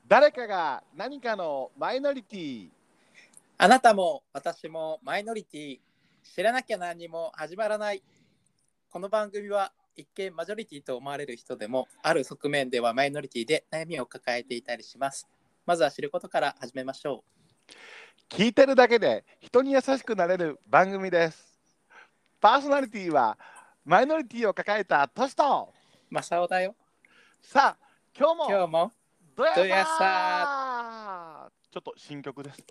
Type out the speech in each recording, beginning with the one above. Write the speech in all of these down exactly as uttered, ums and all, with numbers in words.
誰かが何かのマイノリティ。 あなたも私もマイノリティ。知らなきゃ何も始まらない。この番組は一見マジョリティと思われる人でもある側面ではマイノリティで悩みを抱えていたりします。まずは知ることから始めましょう。聞いてるだけで人に優しくなれる番組です。パーソナリティはマイノリティを抱えたトシとマサオだよ。 さあ今日も今日もどやさどやさちょっと新曲です。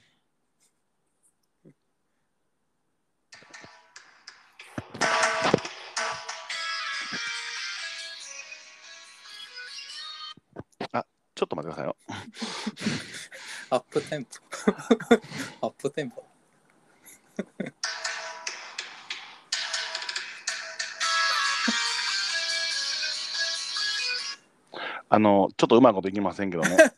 あ、ちょっと待ってくださいよ。 アップテンポアップテンポあのちょっとうまいこといきませんけどね。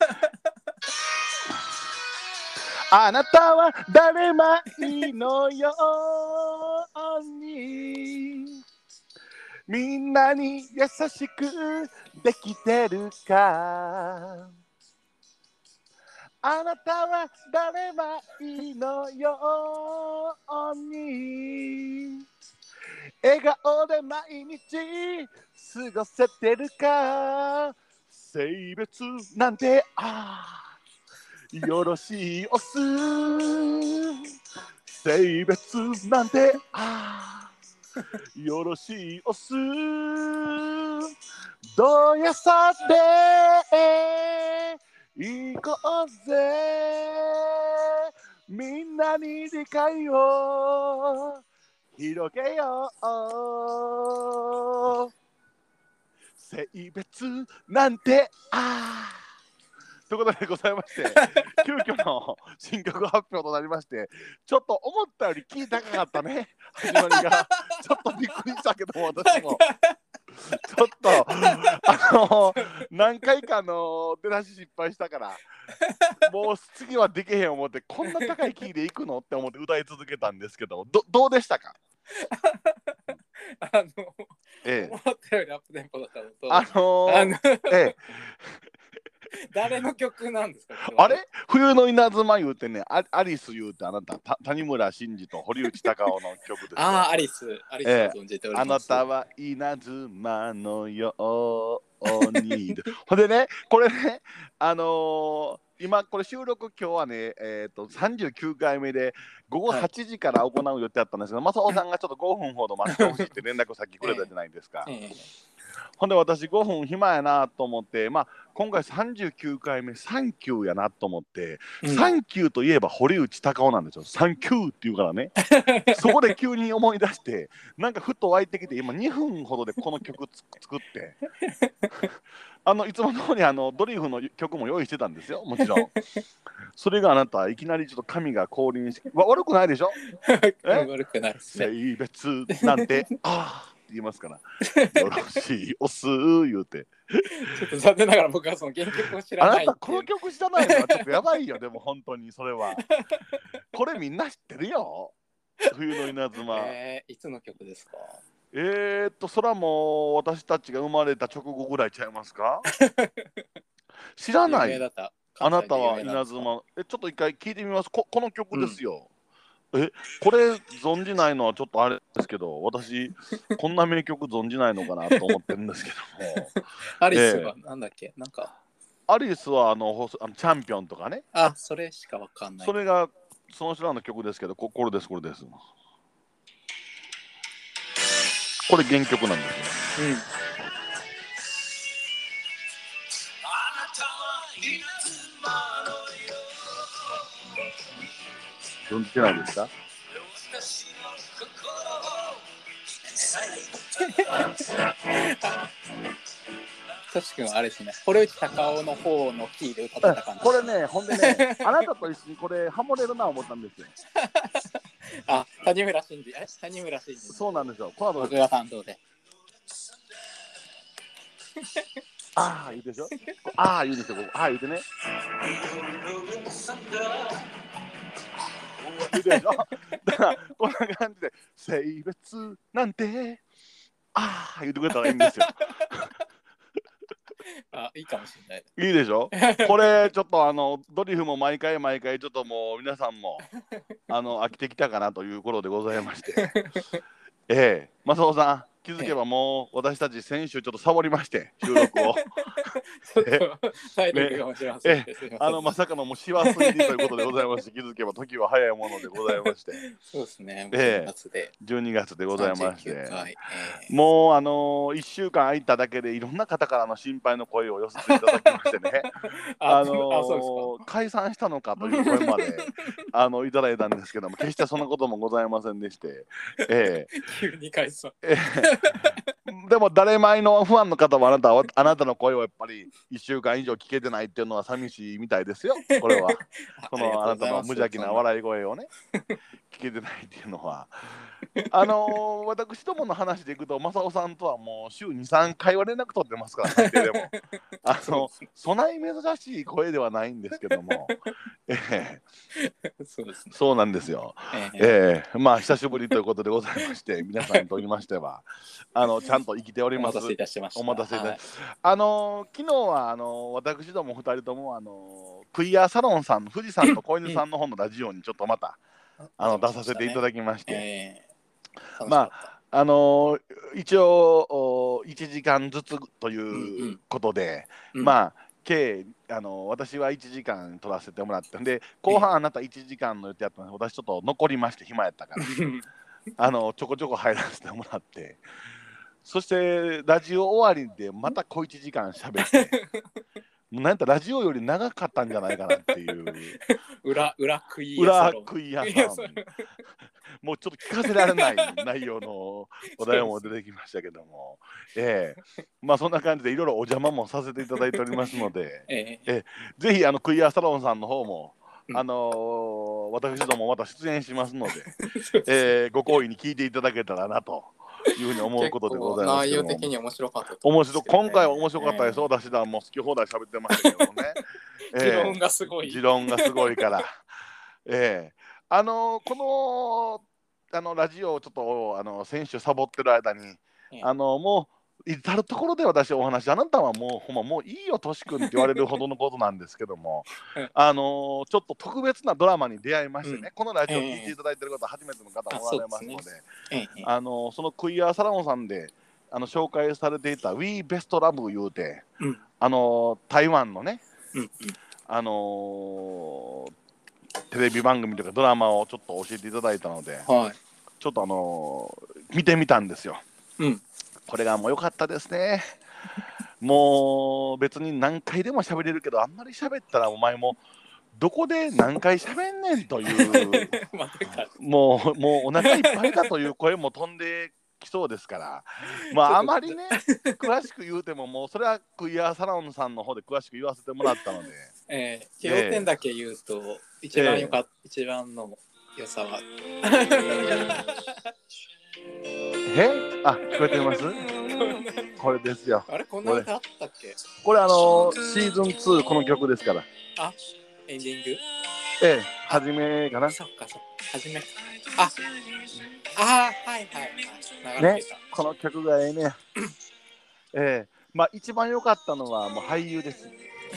あなたは誰まいのようにみんなに優しくできてるか。あなたは誰まいのように笑顔で毎日過ごせてるか。性別なんてあよろしいおす。性別なんてあよろしいおす。どやさで行こうぜ。みんなに理解を広げよう。性別なんてあということでございまして急遽の新曲発表となりまして、ちょっと思ったよりキー高かったね。始まりがちょっとびっくりしたけども、私もちょっとあの何回かの出だし失敗したからもう次はできへん思って、こんな高いキーでいくのって思って歌い続けたんですけど、ど, どうでしたか？ あの、 ええ、 思ったよりアップテンポだったのと、 あのー、 あのええ誰の曲なんですか？ あれ冬の稲妻言うてね、ア, アリス言うてあなたた谷村新司と堀内孝雄の曲ですよ。 ああ、アリス、アリスを存じております。 ええ、あなたは稲妻のようにほんでね、これね、あのー、今これ収録今日はね、えー、とさんじゅうきゅうかいめでごごはちじから行う予定だったんですけど、マサオさんがちょっとごふんほど待ってほしいって連絡先くれたじゃないですか。 ええええほんで私ごふん暇やなと思って、まあ、今回さんじゅうきゅうかいめサンキューやなと思って、うん、サンキューといえば堀内孝雄なんですよ。サンキューって言うからねそこで急に思い出してなんかふっと湧いてきて、今にふんほどでこの曲作ってあのいつも通りあのドリフの曲も用意してたんですよ、もちろんそれがあなたいきなりちょっと神が降臨して悪くないでしょ悪くないですね。 性別なんてああ言いますからよろしいおす言うてちょっと残念ながら僕はその原曲を知らない。 あなたこの曲知らないのはちょっとやばいよ。でも本当にそれはこれみんな知ってるよ、冬の稲妻。 えー、いつの曲ですか？ えーっとそらもう私たちが生まれた直後ぐらいちゃいますか知らない。あなたは稲妻、えちょっと一回聞いてみます。 こ, この曲ですよ、うん、えこれ存じないのはちょっとあれですけど、私こんな名曲存じないのかなと思ってるんですけどもアリスはなんだっけ、えー、なんかアリスはあのあのチャンピオンとかね。 あ、それしかわかんない。 それがその人らの曲ですけど、ここれですこれです。これ原曲なんですよ。うん。存じてないですか？ トシ君あれですね、堀内孝雄の方のキーで歌ってた感じ。 これね、ほんでね、あなたと一緒にこれハモれるな思ったんですよ。 あ、谷村新司、え、谷村新司。 そうなんですよ。コラボ僕が担当で。 ああ言うでしょ。ああ言うんですよ。ああ言うてね。言うでしょ。だからこんな感じで性別なんてああ言うてくれたらいいんですよ。 あ、いいかもしれない。 いいでしょ。これちょっとあのドリフも毎回毎回ちょっともう皆さんもあの飽きてきたかなという頃でございまして、ええ、正雄さん気づけばもう私たち先週ちょっとサボりまして収録をちょっと体力が落ちませんで、すいません。 あのまさかのもう師走入りということでございまして気づけば時は早いものでございまして、 そうですね。 ええ、 じゅうにがつでじゅうにがつでございまして、 はい、えー、 もうあのいっしゅうかん空いただけでいろんな方からの心配の声を寄せていただきましてねあの解散したのかという声まであのいただいたんですけども、決してそんなこともございませんでして、ええ、 急に解散、 ええ、でも誰前のファンの方はあなたはあなたの声をやっぱりいっしゅうかん以上聞けてないっていうのは寂しいみたいですよ。これはこのあなたの無邪気な笑い声をね聞けてないっていうのはあのー、私どもの話でいくと正雄さんとはもう週にさんかいは連絡取ってますから最低でもあのそない珍しい声ではないんですけども、ええ、 そうですね、 そうなんですよ、えーえー、まあ久しぶりということでございまして皆さんにとりましてはあのちゃんと生きております。 お待たせいたしました。 お待たせいたしました、 はい、 あのー、昨日はあのー、私どもふたりともあのー、クイアサロンさんの富士山と子犬さんの方のラジオにちょっとまた、うん、あの出させていただきまして、えーまああのー、一応いちじかんずつということで、うんうん、まあ計あのー、私はいちじかん取らせてもらってんで後半あなたいちじかんの予定やったので私ちょっと残りまして暇やったからあのちょこちょこ入らせてもらってそしてラジオ終わりでまた小いちじかんしゃべってもうなんやったらラジオより長かったんじゃないかなっていう裏裏クイア裏クイアさんもうちょっと聞かせられない内容のお題も出てきましたけども、ええ、まあそんな感じでいろいろお邪魔もさせていただいておりますので、ええええ、ぜひあのクイアサロンさんの方も、うん、あのー、私どもまた出演しますので、えー、ご好意に聞いていただけたらなというふうに思うことでございますけども、 内容的に面白かったと思うんですけど、ね、今回は面白かったです。私だもう好き放題喋ってましたけどもね持論がすごい持論がすごいからええ、あのこのあのラジオをちょっとあの先週サボってる間に、ええ、あのもう至る所で私お話あなたはもうほんまもういいよとしくんって言われるほどのことなんですけどもあのちょっと特別なドラマに出会いましてね、うん、このラジオを聞いていただいてる方、ええ、初めての方もおられますので、そ, で、ねええ、あのそのクイアサロンさんであの紹介されていた We Best Love 言うて、うん、あの台湾のね、うんうん、あのーテレビ番組とかドラマをちょっと教えていただいたので、はい、ちょっとあのー、見てみたんですよ、うん、これがもう良かったですねもう別に何回でも喋れるけどあんまり喋ったらお前もどこで何回喋んねんというもうもうお腹いっぱいだという声も飛んできそうですからまああまりね詳しく言うてももうそれはクイアサロンさんの方で詳しく言わせてもらったので、 えー、要点だけ言うと、えー、一番よかった、えー、一番の良さはえあ聞こえてますこれですよ。 あれこんな歌あったっけ？ これあのシーズンツーこの曲ですから。 あエンディング？ええ初めかな。 そっかそっか初め。ああはいはいはい。 ねこの曲がええね。ええまあ一番良かったのはもう俳優です。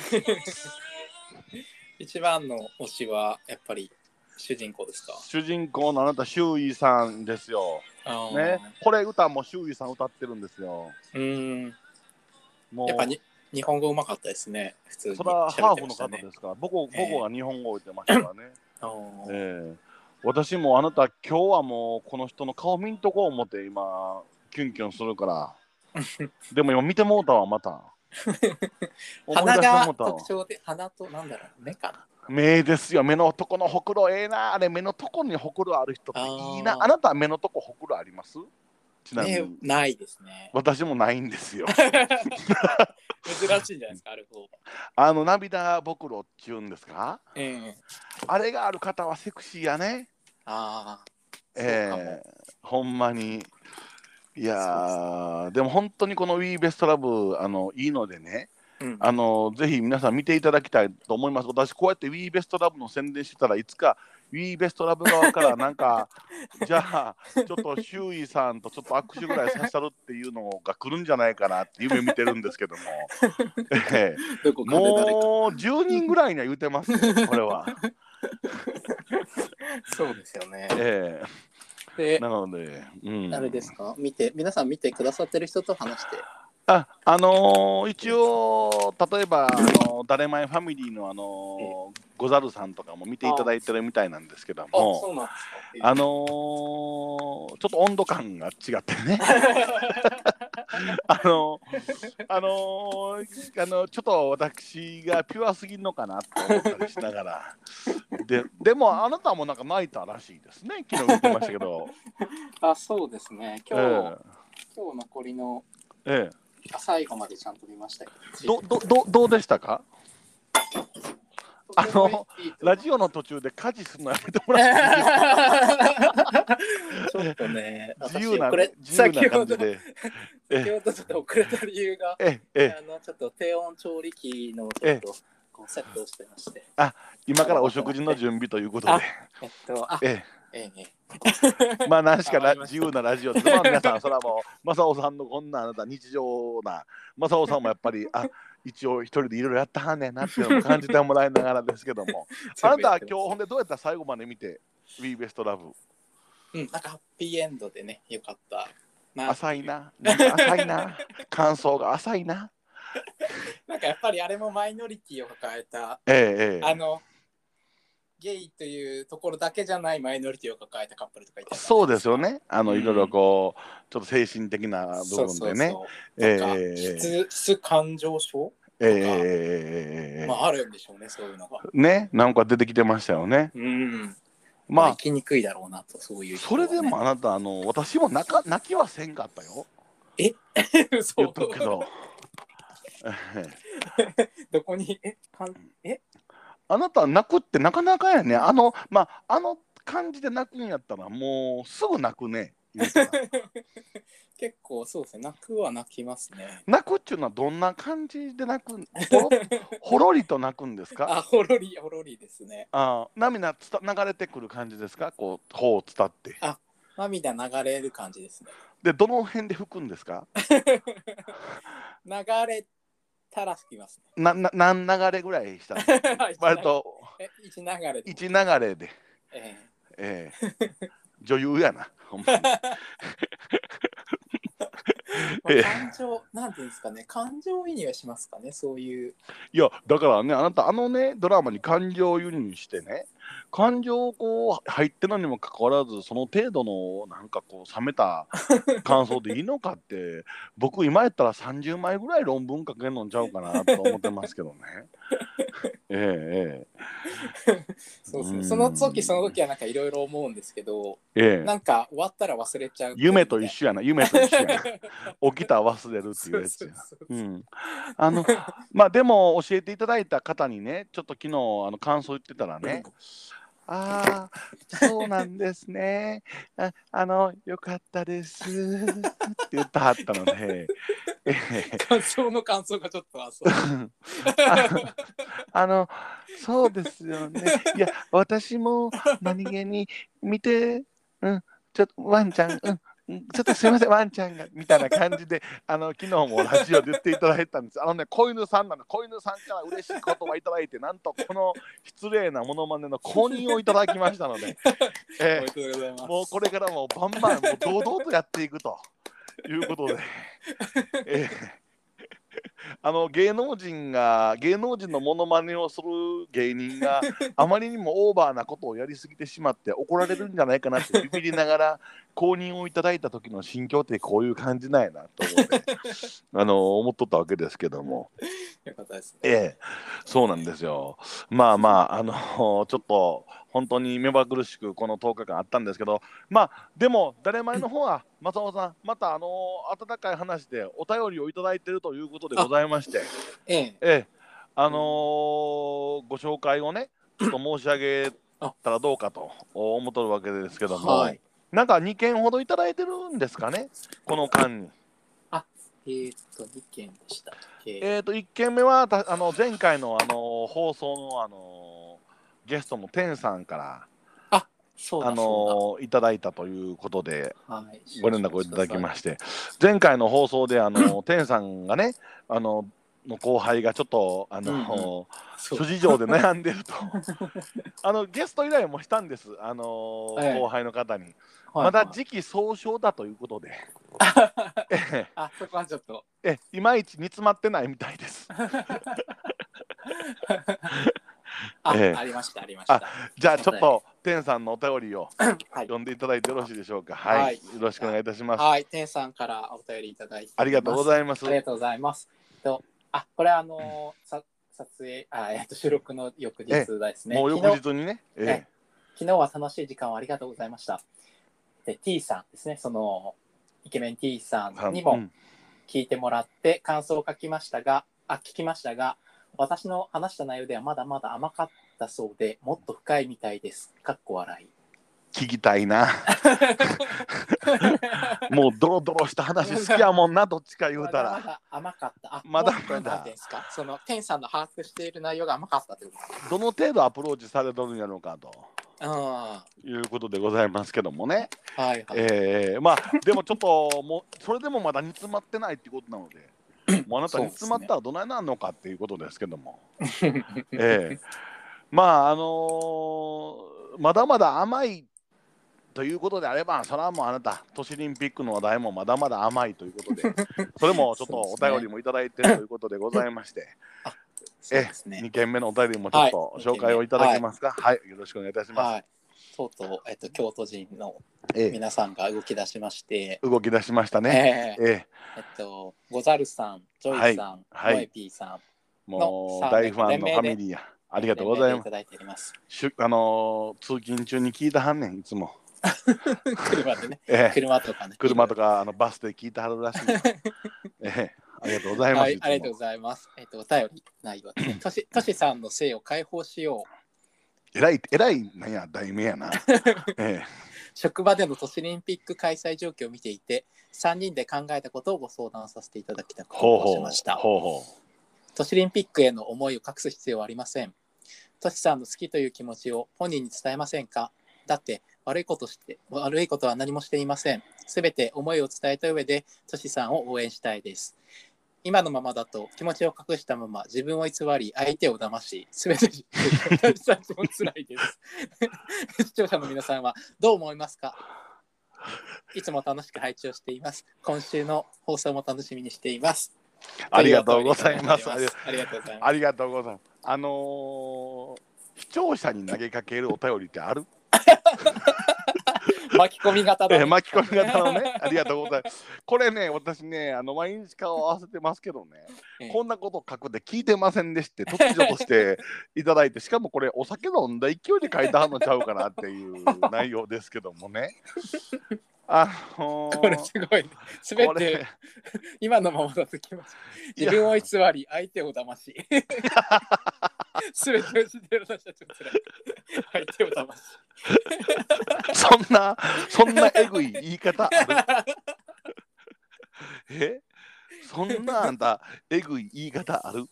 一番の推しはやっぱり主人公ですか？ 主人公のあなた周囲さんですよ。ねこれ歌も周囲さん歌ってるんですよ。うんもうやっぱに日本語うまかったですね普通に。 それはハーフの方ですか？僕僕は日本語を言ってましたからね。えー、私もあなた今日はもうこの人の顔見んとこう思って今キュンキュンするからでも今見てもうたわまた鼻が特徴で鼻となんだろう目かな。 目ですよ。目のとこのほくろええなあれ目のとこにほくろある人っていいな。 あ, あなたは目のとこほくろあります？ ちなみにないですね。 私もないんですよ珍しいんじゃないですかある方。 あの涙ぼくろっていうんですか、えー、 あれがある方はセクシーやね。ああえー、ほんまにいや で, でも本当にこの We Best Love あのいいのでね、うん、あのぜひ皆さん見ていただきたいと思います。私こうやって We Best Love の宣伝してたらいつか We Best Love 側からなんかじゃあちょっと周囲さんとちょっと握手ぐらいさせたるっていうのが来るんじゃないかなって夢見てるんですけども、ええ、 どこかで誰かもうじゅうにんぐらいには言うてますよこれは。 そうですよね。 ええ、 で、 なので、うん、 あれですか、見て皆さん見てくださってる人と話して。 あ、あのー一応例えば、あのー、だれまいファミリーの、あのー、ござるさんとかも見ていただいてるみたいなんですけどあ、 も、 そうなんですか。 あのー、ちょっと温度感が違ってねあのー、あのー、あのちょっと私がピュアすぎるのかなと思ったりしながらで、でもあなたもなんか泣いたらしいですね、昨日言ってましたけど。 あ、そうですね。今日、 え今日残りのえ、ええ、 最後までちゃんと見ましたけどどどどうでしたか？あのラジオオの途中で家事するのやめてもらっていいですか？ ちょっとね、 自由な私遅れ自由な感じで、 先ほどちょっと遅れた理由が、 ええ、 あのちょっと低温調理器のちょっとこうセットをしてまして。 あ、今からお食事の準備ということで、 えっと、あ、 えええ、 え、まあ何しかラ自由なラジオです。まあ皆さんそれはもう正雄さんのこんなあなた日常な正雄さんもやっぱりあ一応一人でいろいろやったはんねんなっていうのも感じてもらいながらですけども、あなたは今日ほんでどうやったら最後まで見て We Best Love、 うん、なんかハッピーエンドでね、よかったな。 浅いな、なんか浅いな、感想が浅いな。 なんかやっぱりあれもマイノリティを抱えた、 ええ、ええ、 あのゲイというところだけじゃないマイノリティを抱えたカップルとかいたじゃそうないですか。 ですよね。あの、 うんいろいろこうちょっと精神的な部分でね、 なんか、 え質質感情症え、 とか、 ええ、 まああるんでしょうね、そういうのが。 ね、なんか出てきてましたよね。 うん。 まあ、 まあ生きにくいだろうなと、そういう人はね。 それでもあなた、あの私も泣か泣きはせんかったよ。 え言っとくけど。 どこにえかんえあなた泣くってなかなかやね。あの、まあ、あの感じで泣くんやったら、もうすぐ泣くね。言うたら結構そうですね、泣くは泣きますね。 泣くっていうのはどんな感じで泣くん？ほろほろりと泣くんですか？ あ、ほろりほろりですね。 あ、涙つた流れてくる感じですか？こう頬を伝って。 あ、涙流れる感じですね。 で、どの辺で吹くんですか？ 流れたら吹きますね。 なな何流れぐらいしたの？割とえ一流れで。 一流れで。 えええ、女優やな、ほんまに。 えまあ、感情、なんていうんですかね、感情移入はしますかね、そういう。 いや、だからね、あなた、あのね、ドラマに感情輸入してね、感情こう入ってるのにもかかわらず、その程度のなんかこう、冷めた感想でいいのかって、僕、今やったらさんじゅうまいぐらい論文書けんのんちゃうかなと思ってますけどね。ええ、ええ。 そうですね、その時その時はなんかいろいろ思うんですけど、 ええ、 なんか終わったら忘れちゃう。 夢と一緒やな、夢と一緒やな。起きたら忘れるっていうやつや。うん。あの、まあでも教えていただいた方にね、ちょっと昨日あの感想言ってたらね、ああ、そうなんですね。あ、あの、よかったですって言ったはったので、ええ、 感想の感想がちょっとあそうああの、そうですよね。いや、私も何気に見て、うん、ちょっとワンちゃん、うん、うんちょっとすいません、ワンちゃんが、みたいな感じで、あの、昨日もラジオで言っていただいたんです。あのね、子犬さんなの、子犬さんから嬉しい言葉いただいて、なんとこの失礼なモノマネの公認をいただきましたので、えおめでとうございます。 ーもうこれからもバンバン、もう堂々とやっていくということで、えーあの芸能人が芸能人のモノマネをする芸人があまりにもオーバーなことをやりすぎてしまって怒られるんじゃないかなってビビりながら公認をいただいた時の心境ってこういう感じなんやなと思ってあの思っとったわけですけども、 よかったですね。 ええ、そうなんですよ。まあまああのちょっと本当に目まぐるしくこのとおかかんあったんですけど、まあでも誰前の方は正雄さんまたあの温かい話でお便りをいただいているということでございまして、 ええ、 ええ、あのーご紹介をねちょっと申し上げたらどうかと思っとるわけですけども、 はい、 なんかにけんほどいただいてるんですかね、この間に。 あ、えー、っとにけんでしたっけ。 えーといっけんめはたあの前回の、あの放送の、あのゲストの天さんからそうあだそうのいただいたということでだ。はい。 ご連絡をいただきまして、前回の放送であの天さんがね、あのの後輩がちょっとあの、 うんうんそう諸事情で悩んでるとあのゲスト依頼もしたんです、あのええ後輩の方に。 はいはい。 まだ時期尚早だということで、ええあ、そこはちょっと。 ええいまいち煮詰まってないみたいです。 あ、 ええありましたありましあた。 じゃあちょっと天さんのお便りをはい。 読んでいただいてよろしいでしょうか。はい、 はいよろしくお願いいたします。 はい、天さんからお便りいただいてありがとうございます。 ありがとうございます。と、あ、これあのさ撮影あえっと収録の翌日ですね。 もう翌昨日日にね、ええ昨日は楽しい時間をありがとうございました。で T さんですね、そのイケメン T さんにもうん聞いてもらって感想を書きましたが、あ聞きましたが、私の話した内容ではまだまだ甘かったそうで、もっと深いみたいです。かっこ笑い。 聞きたいな。もうドロドロした話好きやもんな、どっちか言うたら。 まだまだ甘かった。あ、 まだまだもっとなんていうんですか、その天さんの把握している内容が甘かったというこどの程度アプローチされとるんやろうかとと。あいうことでございますけどもね。 あ、はいはい。 えー、まあでもちょっともうそれでもまだ煮詰まってないっていうことなので、もうあなた煮詰まったらどないなんのかっていうことですけども。えー、まああのーまだまだ甘いということであれば、それはもうあなた都市オリンピックの話題もまだまだ甘いということで、それもちょっとお便りもいただいているということでございまして、 そうですね。 にけんめのお便りもちょっと紹介をいただけますか。はい、はい、よろしくお願いいたします。 はい、とうとう、えっと、京都人のええ、 皆さんが動き出しまして、 動き出しましたね。 えー、えええっと、ござるさん、ジョイさん、 はい、 モエピーさんのもう大ファンのファミリーや。ありがとうございます。しゅあのー、通勤中に聞いたはんねん、いつも。 車でね、 ええ、 車とかね。 車とかあのバスで聞いてはるらしい。ええ、ありがとうございます。はい、 ありがとうございます。えっと、お便り内容ですね。とし、としさんの性を解放しよう。えらい、えらい、なんや、題名やな。ええ、 職場での都市オリンピック開催状況を見ていて、さんにんで考えたことをご相談させていただきたく投稿しました。 ほうほうほう。 都市オリンピックへの思いを隠す必要はありません。としさんの好きという気持ちを本人に伝えませんか？だって悪いことして、悪いことは何もしていません。すべて思いを伝えた上で、としさんを応援したいです。今のままだと気持ちを隠したまま自分を偽り相手を騙し、すべて私たちも辛いです。視聴者の皆さんはどう思いますか？いつも楽しく配置をしています。今週の放送も楽しみにしています。 ありがとうございます。 ありがとうございます。 ありがとうございます。あのー、視聴者に投げかけるお便りってある？ 巻き込み型だ、ね、 巻き込み型のね、ありがとうございます。これね、私ね、あの毎日顔合わせてますけどね、ええ、こんなこと書くで聞いてませんでして、突如としていただいて、しかもこれ、お酒飲んだ勢いで書いてはんのちゃうかなっていう内容ですけどもね。あのー、 これすごいね。すべて今のままだときます。自分を偽り、相手を騙し。すべてを知っている私たちをつらい。相手を騙し。 そんな、そんなえぐい言い方ある？え？そんなあんた、えぐい言い方ある？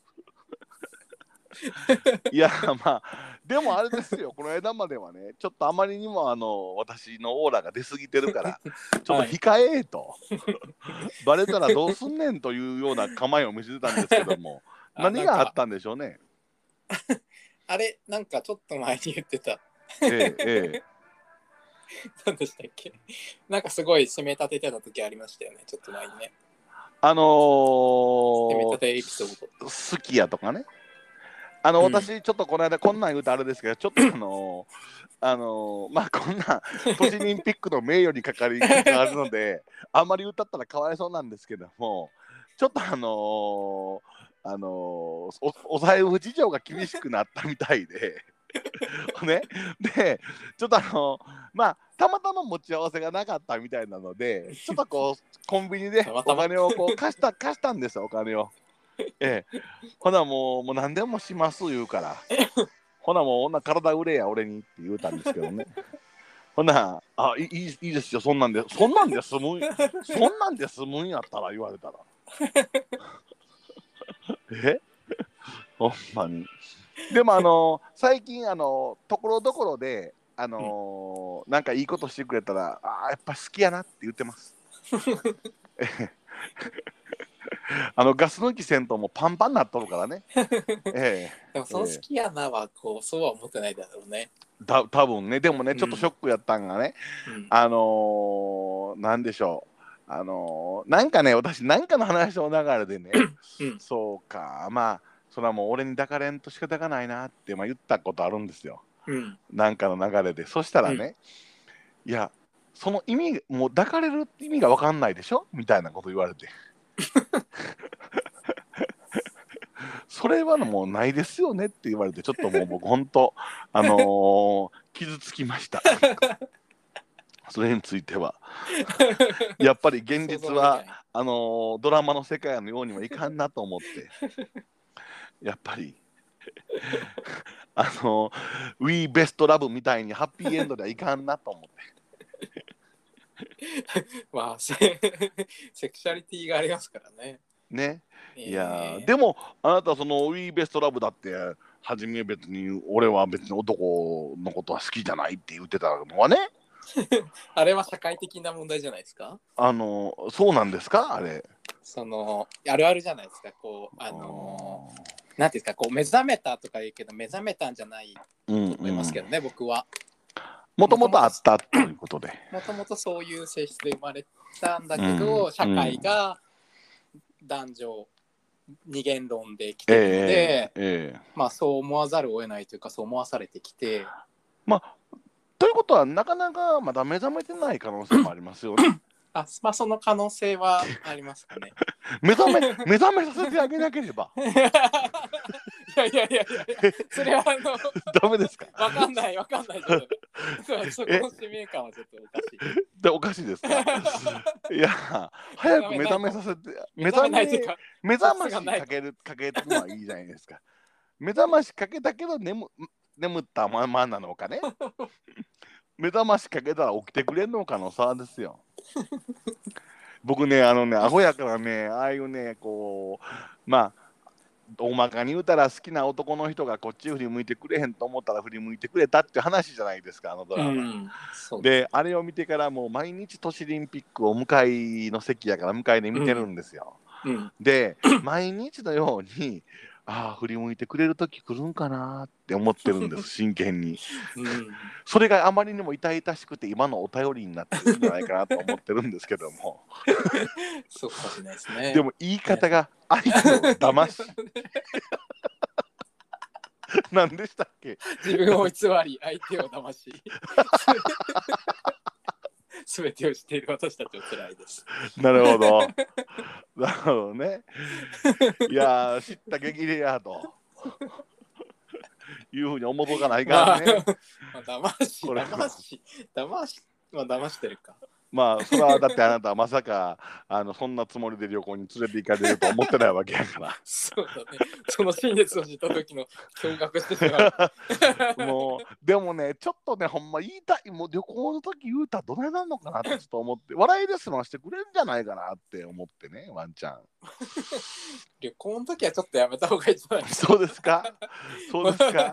いや、まあ、でもあれですよ、この間まではね、ちょっとあまりにもあの私のオーラが出過ぎてるから、ちょっと控えと、はい、バレたらどうすんねんというような構えを見せてたんですけども、何があったんでしょうね。 あれ、なんかちょっと前に言ってた。 ええ、ええ。 何でしたっけ？なんかすごい締め立ててた時ありましたよね、ちょっと前にね。 あのー、 締め立てエピソード。 好きやとかね。あの、うん、私ちょっとこの間こんなん言うとあれですけど、ちょっとあのー、あのー、まあこんな都市オリンピックの名誉にかかり関わるのであんまり歌ったらかわいそうなんですけども、ちょっとあのー、あのー、お, お財布事情が厳しくなったみたいでね、でちょっとあのー、まあたまたま持ち合わせがなかったみたいなので、ちょっとこうコンビニでお金をこう貸した貸したんですよ、お金を。ええ、ほなもうもう何でもします言うからほなもう女体売れや俺にって言うたんですけどね。ほなあいいいいですよ、そんなんでそんなんで済むんそんなんで済むんやったら言われたらえほんまに。でもあの最近あのところどころであのーなんかいいことしてくれたら、あーやっぱ好きやなって言ってます。あのガス抜きせんともパンパンになっとるからね。ええ、 でもその好きやなはこうそうは思ってないだろうね。 だ多分ね。でもね、ちょっとショックやったんがね、 うん、 あのー、なんでしょう、あのー、なんかね、私なんかの話の流れでね、 うん、 そうか、まあそれはもう俺に抱かれんと仕方がないなって、まあ、言ったことあるんですよ、 うん、 なんかの流れで。そしたらね、いやその意味、もう抱かれるって意味が分かんないでしょみたいなこと言われてそれはもうないですよねって言われて、ちょっともう僕本当あのー、傷つきましたそれについては。やっぱり現実はあのー、ドラマの世界のようにはいかんなと思って、やっぱりあのー、We Best Love みたいにハッピーエンドではいかんなと思ってまあセセクシャリティがありますからね。 ね。 えー、 いやでもあなたその We Best Love だって初め別に俺は別に男のことは好きじゃないって言ってたのはねあれは社会的な問題じゃないですか。 あのそうなんですかあれ。 そのあるあるじゃないですか。こうあのなんていうんですか、こう目覚めたとか言うけど目覚めたんじゃないと思いますけどね、うんうん、僕は。 もともとあったということで。 もともとそういう性質で生まれたんだけど、うん、社会が男女二元論で来てるので、えーえー、まあそう思わざるを得ないというかそう思わされてきて。 まあということはなかなかまだ目覚めてない可能性もありますよね。 あ、まあその可能性はありますかね。 目覚め目覚めさせてあげなければ。 いやいやいやいや、それはあのダメですか。 わかんないわかんないそこの使命感はちょっとおかしい。 でおかしいですか。いや早く目覚めさせて目覚め目覚ましかけるかけるのはいいじゃないですか。目覚ましかけたけど眠眠ったままなのかね。目覚ましかけたら起きてくれんのかの差ですよ。僕ねあのねアホやからね、ああいうねこうまあ大まかに言うたら好きな男の人がこっち振り向いてくれへんと思ったら振り向いてくれたって話じゃないですか、あのドラマ、うん、であれを見てからもう毎日都市オリンピックを向かいの席やから向かいで見てるんですよ、うん、で毎日のようにああ振り向いてくれる時来るんかなって思ってるんです真剣に、うん、それがあまりにも痛々しくて今のお便りになってるんじゃないかなと思ってるんですけどもそうかもしれないですね。 でも言い方が相手を騙し何でしたっけ。 自分を偽り相手を騙しすべてを知っている私たちは辛いです。 なるほどなるほどね。いや知った激励やというふうに思うとかないからね。 まあ、騙し騙し騙しまあ騙してるか。 まあそれはだってあなたはまさかあのそんなつもりで旅行に連れて行かれると思ってないわけやからそうだね。その真実を知った時の驚愕してしまうもうでもねちょっとねほんま言いたい、もう旅行の時言うたらどれなのかなってちょっと思って笑いで済ましてくれるんじゃないかなって思ってね、ワンちゃん旅行の時はちょっとやめた方がいいじゃないですか。そうですかそうですか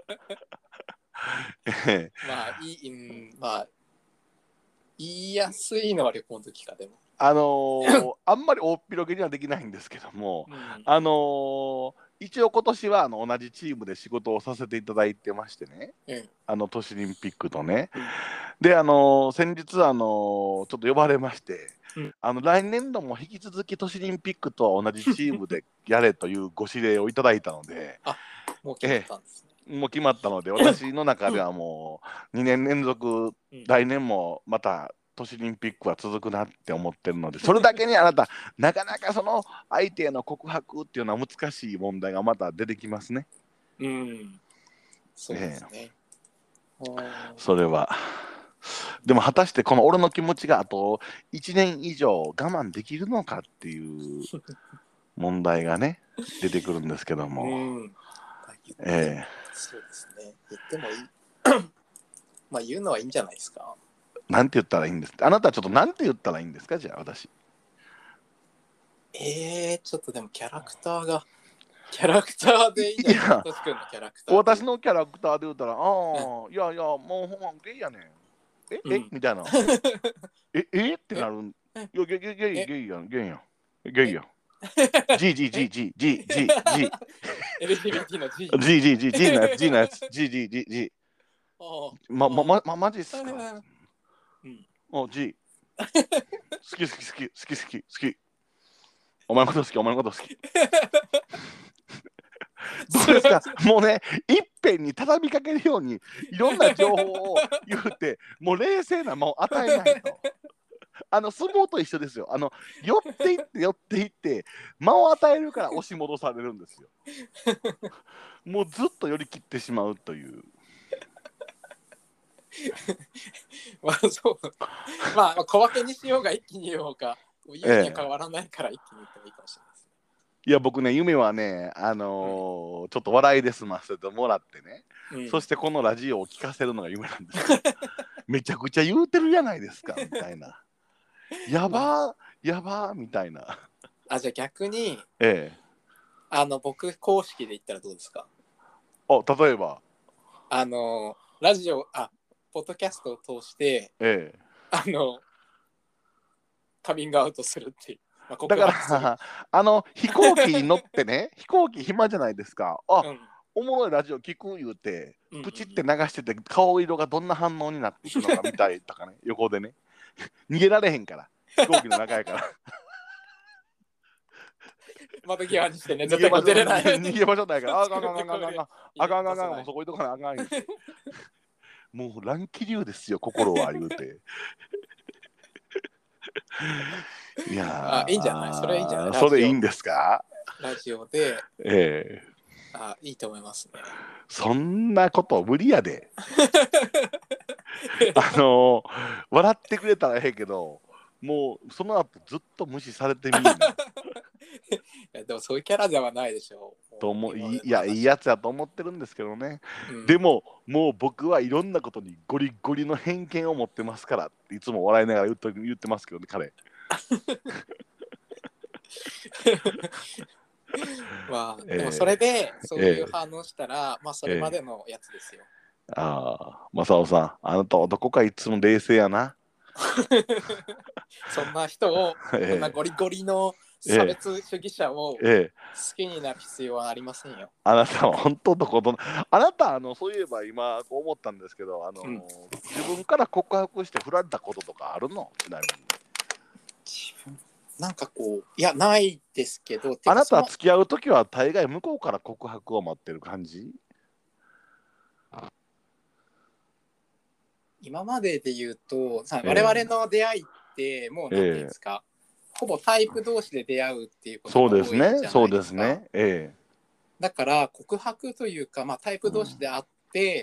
まあいい、うん、まあ言いやすいのは旅行の時か。でもあのー、あんまり大っ広げにはできないんですけども、うん、あのー、一応今年はあの同じチームで仕事をさせていただいてましてね、うん、あの都市オリンピックとね、うん、であのー、先日あのー、ちょっと呼ばれまして、うん、あの来年度も引き続き都市オリンピックとは同じチームでやれというご指令をいただいたのであもう決まったんですね。 ええ、もう決まったので私の中ではもうにねん連続、うん、来年もまた都市オリンピックは続くなって思ってるので、それだけにあなたなかなかその相手への告白っていうのは難しい問題がまた出てきますね。 うん、そうですね、ええ、それはでも果たしてこの俺の気持ちがあといちねん以上我慢できるのかっていう問題がね出てくるんですけども、うん、 ええ、そうですね、言ってもいいまあ言うのはいいんじゃないですか。 なんて言ったらいいんですか。あなたはちょっとなんて言ったらいいんですか、じゃあ私。 えー、ちょっとでもキャラクターがキャラクターでいいじゃん。 いやトシ君のキャラクター。 私のキャラクターで言うたら、ああ、いやいや、もうほんまゲイやねん。え、え、 うんみたいな。え、えってなる。いや、ゲイ、ゲイ、ゲイ、ゲイやん、ゲイやん。ゲイやん。G、G、G、G、G、G、G。 エルジービーティー の G。 G、G、G、G のやつ、G のやつ、G、G、G、G。 あま、ま、ま、ま、マジっすか。 うんお、G。好き好き好き好き好き好き。お前のこと好き、お前のこと好き。どうですか。もうね、いっぺんに畳みかけるようにいろんな情報を言うて、もう冷静な間を与えないと。あの相撲と一緒ですよ。あの寄っていって寄っていって間を与えるから押し戻されるんですよ。もうずっと寄り切ってしまうという。 まあそう。まあ小分けにしようが一気に言おうか。もう言うには変わらないから一気に言ってもいいかもしれないですね。 いや僕ね夢はねあのーうん、ちょっと笑いで済ませてもらってね、うん、そしてこのラジオを聞かせるのが夢なんですよ。めちゃくちゃ言うてるじゃないですかみたいな。やばーやばーみたいな。 あ、じゃあ逆に、 ええ、 あの僕公式で言ったらどうですか。 あ、例えばあのラジオあポッドキャストを通して、 ええ、 あのカミングアウトするっていう。まあ、 だからあの飛行機に乗ってね飛行機暇じゃないですか。あ、うん、おもろいラジオ聞く言うてプチって流してて顔色がどんな反応になっていくのかみたいとかね横でね逃げられへんから飛行機の中やから窓際にしてね絶対出れない逃げ場所ないからあかんあかんあかんあかんあかんあかんあかんもうそこいとかなあかんもう乱気流ですよ心は言うていやあいいんじゃないそれいいんじゃないそれいいんですかラジオでええあいいと思いますねそんなこと無理やであの笑ってくれたらええけどもうその後ずっと無視されてみんなでもそういうキャラではないでしょうと思いいやいいやつやと思ってるんですけどね、うん、でももう僕はいろんなことにゴリゴリの偏見を持ってますからっていつも笑いながら言って言ってますけどね彼まあでもそれでそういう反応したら、えー、まあそれまでのやつですよ、 えー、ああ正雄さんあなたはどこかいつも冷静やなそんな人を、えー、こんなゴリゴリの差別主義者を好きになる必要はありませんよ。 ええ、あなたは本当のこと、あなたあのそういえば今こう思ったんですけど、あの、うん、自分から告白して振られたこととかあるの？ちなみに。 自分なんかこういやないですけど、 あなたは付き合うときは大概向こうから告白を待ってる感じ？ 今までで言うと、さ、えー、我々の出会いってもう何ていうんですか。えーほぼタイプ同士で出会うっていうことが多いじゃないですか。 そうですね。そうですね。ええ。 だから告白というか、まあ、タイプ同士で会って、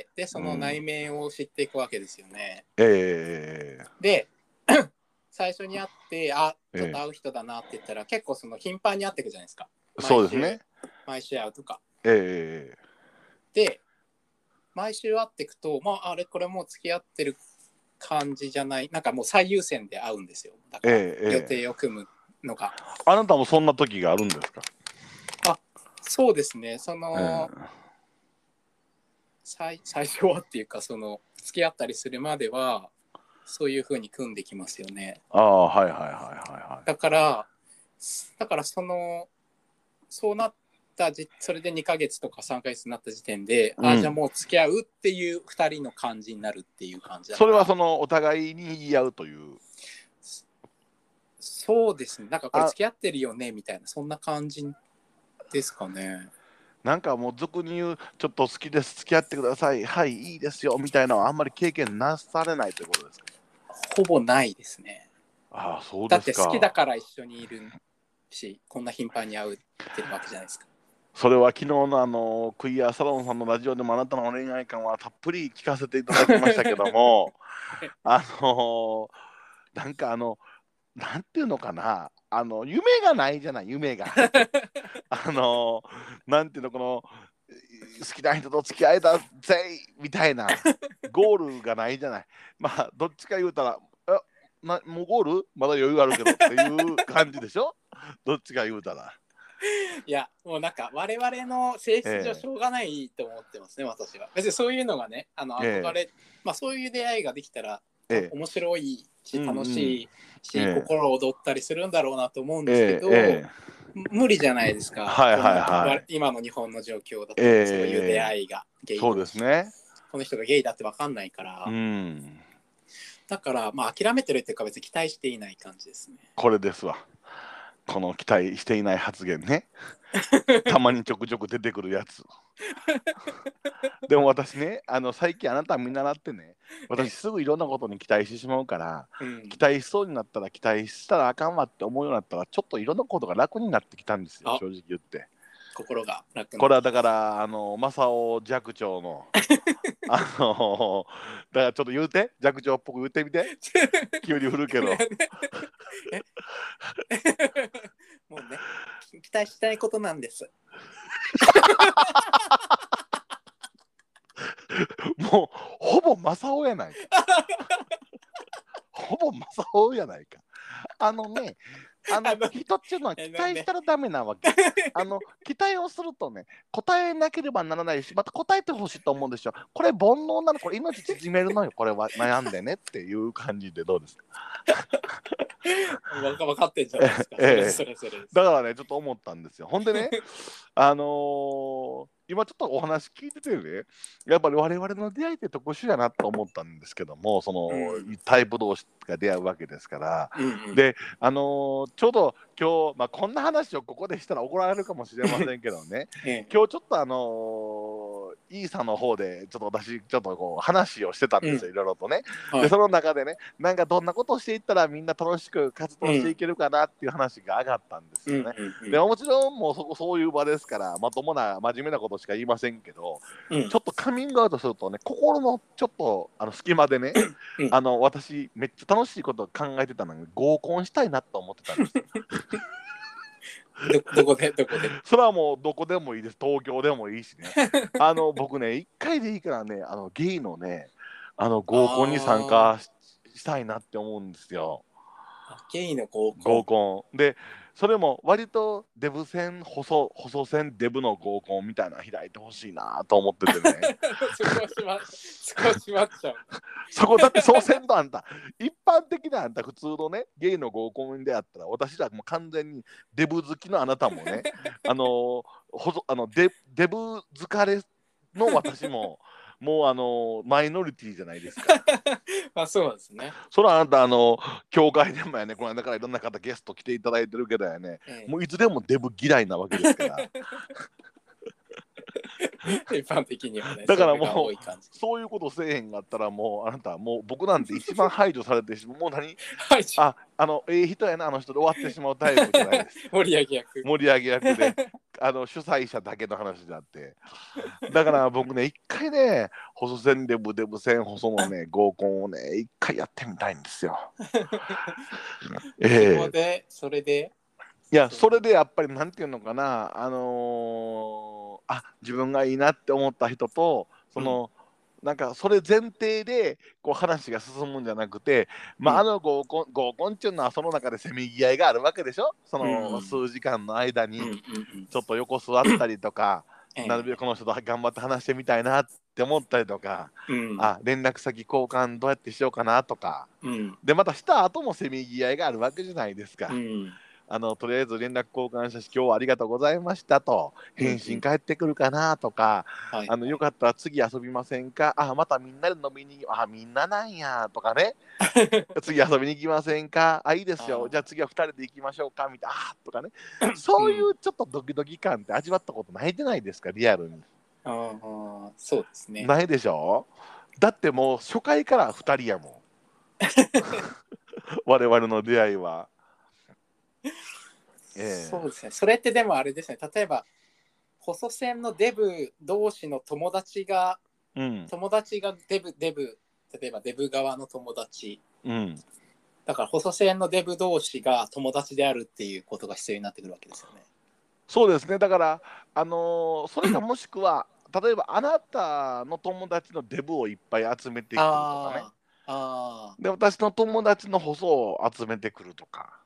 うん、でその内面を知っていくわけですよね。 うん、ええ。 で最初に会ってあちょっと会う人だなって言ったら、ええ、結構その頻繁に会っていくじゃないですか。 そうですね。 毎週会うとか。 ええ。 で毎週会っていくと、まああれこれもう付き合ってる感じじゃないなんかもう最優先で会うんですよ。だから予定を組むのが、ええええ、 あなたもそんな時があるんですか？ あそうですねその、ええ、最, 最初はっていうかその付き合ったりするまではそういう風に組んできますよね。 ああはいはいはいはいはい。 だからだからそのそうなったじそれでにかげつとかさんかげつになった時点で、うん、あじゃあもう付き合うっていうふたりの感じになるっていう感じだ。 それはそのお互いに言い合うという。 そうですねなんかこれ付き合ってるよねみたいなそんな感じですかね。 なんかもう俗に言うちょっと好きです付き合ってくださいはいいいですよみたいなのはあんまり経験なされないということですか？ ほぼないですね。 ああそうですか。 だって好きだから一緒にいるしこんな頻繁に会うってるわけじゃないですか。 それは昨日のあのクイアサロンさんのラジオでもあなたの恋愛観はたっぷり聞かせていただきましたけどもあのなんかあのなんていうのかなあの夢がないじゃない夢があのなんていうのこの好きな人と付き合えたぜみたいなゴールがないじゃない。まあどっちか言うたらえなもうゴールまだ余裕あるけどっていう感じでしょどっちか言うたらいやもうなんか我々の性質上ええしょうがないと思ってますね、私は。別にそういうのがね、あの憧れ、 えまあそういう出会いができたらたええ面白いしうん楽しいし、 ええ心躍ったりするんだろうなと思うんですけええど、 ええ無理じゃないですか、 はいはいこんなはい今の日本の状況だと、そういう出ええ会いがゲイそう同士、 ですね。 この人がゲイだって分かんないかうら、 ん。 だからまあ諦めてるっていうか別に期待していない感じですね。 これですわ。この期待していない発言ね。たまにちょくちょく出てくるやつ。でも私ね、あの最近あなた見習ってね、私えすぐいろんなことに期待してしまうから、 うん期待しそうになったら期待したらあかんわって思うようになったら、ちょっといろんなことが楽になってきたんですよ、 あ正直言って。 心が楽になってこれはだから、あの、正雄寂聴の、あの、だからちょっと言うて、寂聴っぽく言ってみて、急に振るけど。 えもうね、期待したいことなんです。 もう、ほぼ正雄やないか。ほぼ正雄やないか。あのね、あのあの人っていうのはえ期待したらダメなわけ。あの期待をするとね、答えなければならないし、また答えてほしいと思うんですよ。これ煩悩なの、これ命縮めるのよ、これは悩んでねっていう感じでどうですか。 わか分かってんじゃないですか。 ええそれそれそれです。 だからね、ちょっと思ったんですよ。ほんでね、あのー今ちょっとお話聞いててね、やっぱり我々の出会いって特殊やなと思ったんですけども、その、 うんタイプ同士が出会うわけですから、 うんうん、 で、あのーちょうど今日、まあ、こんな話をここでしたら怒られるかもしれませんけどね、 ええ今日ちょっとあのーイーサの方でちょっと私ちょっとこう話をしてたんですよ、いろいろとね。 はいでその中でね、なんかどんなことをしていったらみんな楽しく活動していけるかなっていう話が上がったんですうんよね。 うんうんでもちろんもうそこそういう場ですからまともな真面目なことしか言いませんけど、 うんちょっとカミングアウトするとね、心のちょっとあの隙間でね、 うんあの私めっちゃ楽しいことを考えてたのに合コンしたいなと思ってたんですよ。 どどこでどこでそれはもうどこでもいいです。東京でもいいしね。あの僕ね、一回でいいからね、あのゲイのね、あの合コンに参加ししたいなって思うんですよ。 あゲイの合コン合コンで、それも割とデブ戦細細線デブの合コンみたいなの開いてほしいなと思っててね。 そこはしまそこはしまっちゃう。 そこだってそうせんとあんた一般的なあんた普通のねゲイの合コンであったら、私らもう完全にデブ好きのあなたもね、あのーほぞあのデデブ疲れの私ももうあのーマイノリティじゃないですか。 まあそうですね。 それはあなたあの教会でもやね、この間からいろんな方ゲスト来ていただいてるけどやね、 ええもういつでもデブ嫌いなわけですから。 一般的にはね。 だからもうそれが多い感じ。 そういうことせえへんかったらもうあなたもう僕なんて一番排除されてしまうもう何はい。 ああのええ人やなあの人で終わってしまうタイプじゃないです。 盛り上げ役。 盛り上げ役であの主催者だけの話であって、だから僕ね一回ね細線デブデブ線細のね合コンをね一回やってみたいんですよ。ええそこでそれでいやそれでやっぱりなんていうのかな、あのーあ自分がいいなって思った人とその、なんかそれ前提でこう話が進むんじゃなくて、まあ、 うんあの合コン合コンっていうのはその中でせめぎ合いがあるわけでしょ、そのうん数時間の間にうんうんうんちょっと横座ったりとか、 ええなるべくこの人と頑張って話してみたいなって思ったりとか、 うんあ連絡先交換どうやってしようかなとかうんで、またした後もせめぎ合いがあるわけじゃないですか。 うんあのとりあえず連絡交換したし今日はありがとうございましたと返信返ってくるかなとか、 はいあのよかったら次遊びませんか、あまたみんなで飲みにあみんななんやとかね次遊びに行きませんか、あいいですあーよじゃあ次はふたりで行きましょうかみたいなあとかねそういうちょっとドキドキ感って味わったことないじゃないですか、リアルに。 ああそうですね。 ないでしょ。だってもう初回からふたりやもん我々の出会いは。ええそうですね。それってでもあれですね。例えば細線のデブ同士の友達がうん友達がデブデブ例えばデブ側の友達うんだから細線のデブ同士が友達であるっていうことが必要になってくるわけですよね。 そうですね、だから、あのーそれかもしくは、例えばあなたの友達のデブをいっぱい集めてくるとかね、 あああで私の友達の細を集めてくるとか、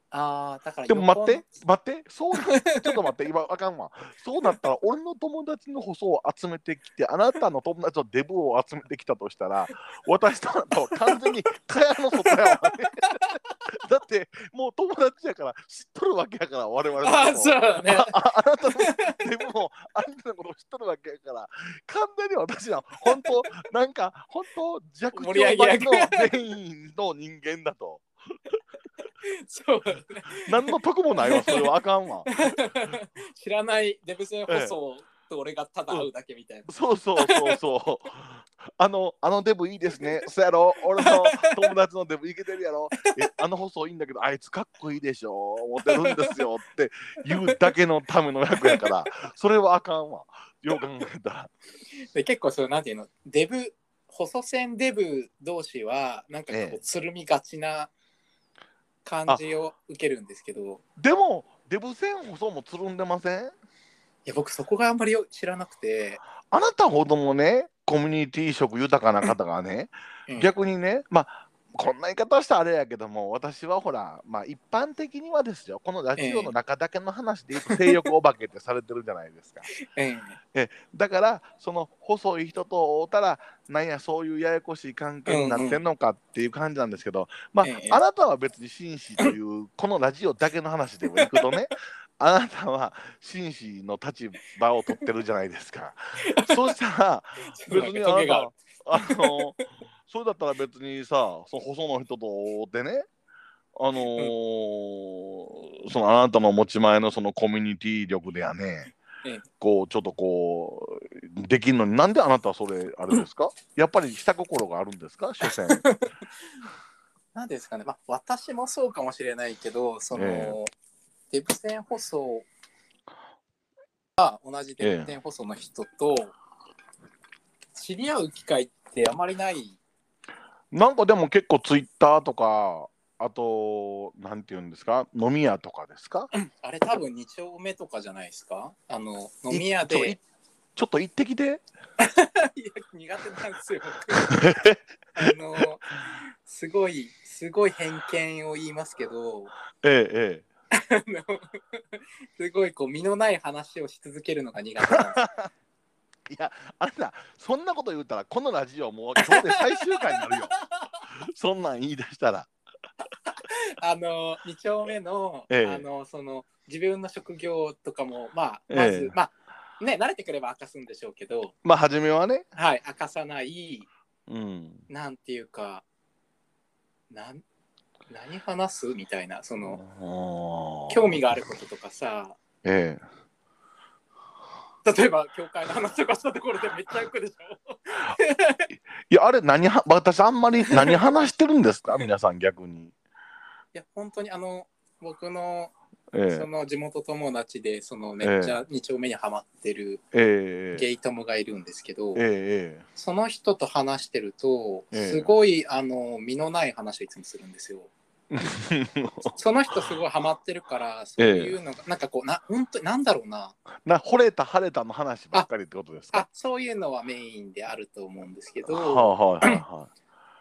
ああ、だからでも待って横待ってそうちょっと待って今あかんわ。そうなったら俺の友達の細を集めてきてあなたの友達のデブを集めてきたとしたら私とあなたは完全に蚊帳の外やわねだってもう友達やから知っとるわけやから我々のああ、 ことをそうだね。 あああなたのデブもあなたのことを知っとるわけやから完全に私は本当なんか本当弱盛り上げ役小ばりの全員の人間だとそうだね。 何の得もないわそれはあかんわ。 知らないデブ戦放ええ送と俺がただ会うだけみたいな。 そうそうそうそう。あの、あのデブいいですね。そうやろ。俺の友達のデブいけてるやろ。え、あの細いいんだけど、あいつかっこいいでしょ。モテるんですよって言うだけのための役やから、それはあかんわ。よう考えたら。 で結構そうなんていうのデブ細線デブ同士はなんかこう、 ええつるみがちな感じを受けるんですけど、 でも、デブ線細もつるんでません？ いや僕そこがあんまりよ知らなくて、 あなたほどもね、コミュニティ色豊かな方がね、 うん逆にね、まあ、こんな言い方したらあれやけども、私はほら、まあ一般的にはですよ、このラジオの中だけの話で言うと、性欲お化けってされてるじゃないですか。 ええだから、その細い人と会うたら、なんや、そういうややこしい関係になってんのかっていう感じなんですけど、まええあ、あなたは別に紳士という、このラジオだけの話でもいくとね、あなたは紳士の立場を取ってるじゃないですか。そうしたら、別にあなた、あの、それだったら別にさ、その細の人と会うてね、あのーそのあなたの持ち前のそのコミュニティ力でやね、 ええこうちょっとこうできるのになんであなたはそれあれですか？やっぱり下心があるんですか？所詮。 なんですかね、まあ私もそうかもしれないけど、その、 えデブ線放送は同じデブえ線放送の人と知り合う機会ってあまりない。 なんかでも結構ツイッターとかあとなんていうんですか飲み屋とかですか？ あれ多分に丁目とかじゃないですか。あの飲み屋いちょいでちょっと行ってきて。 いや苦手なんですよあのすごいすごい偏見を言いますけど、 えええあのすごいこう身のない話をし続けるのが苦手なんです。 えいやあんなそんなこと言ったらこのラジオもう今日で最終回になるよそんなん言い出したら。 あのに丁目の、 ええあのその自分の職業とかもまあええまず、まあね慣れてくれば明かすんでしょうけど、 まあ初めはね。 はい明かさないうんなんていうかなん何話すみたいなその興味があることとかさ、 ええ例えば教会の話とかしたところでめっちゃよくでしょいやあれ何は私あんまり何話してるんですか皆さん逆に。 いや本当にあの僕のえその地元友達でそのめっちゃに丁目にはまってるえええゲイ友がいるんですけど、 ええその人と話してるとええすごいあの身のない話をいつもするんですよ。 えその人すごいハマってるからそういうのがなんかこうな本当になんだろうなな惚れた晴れたの話ばっかりってことですか？ あそういうのはメインであると思うんですけど、 はあはいはいは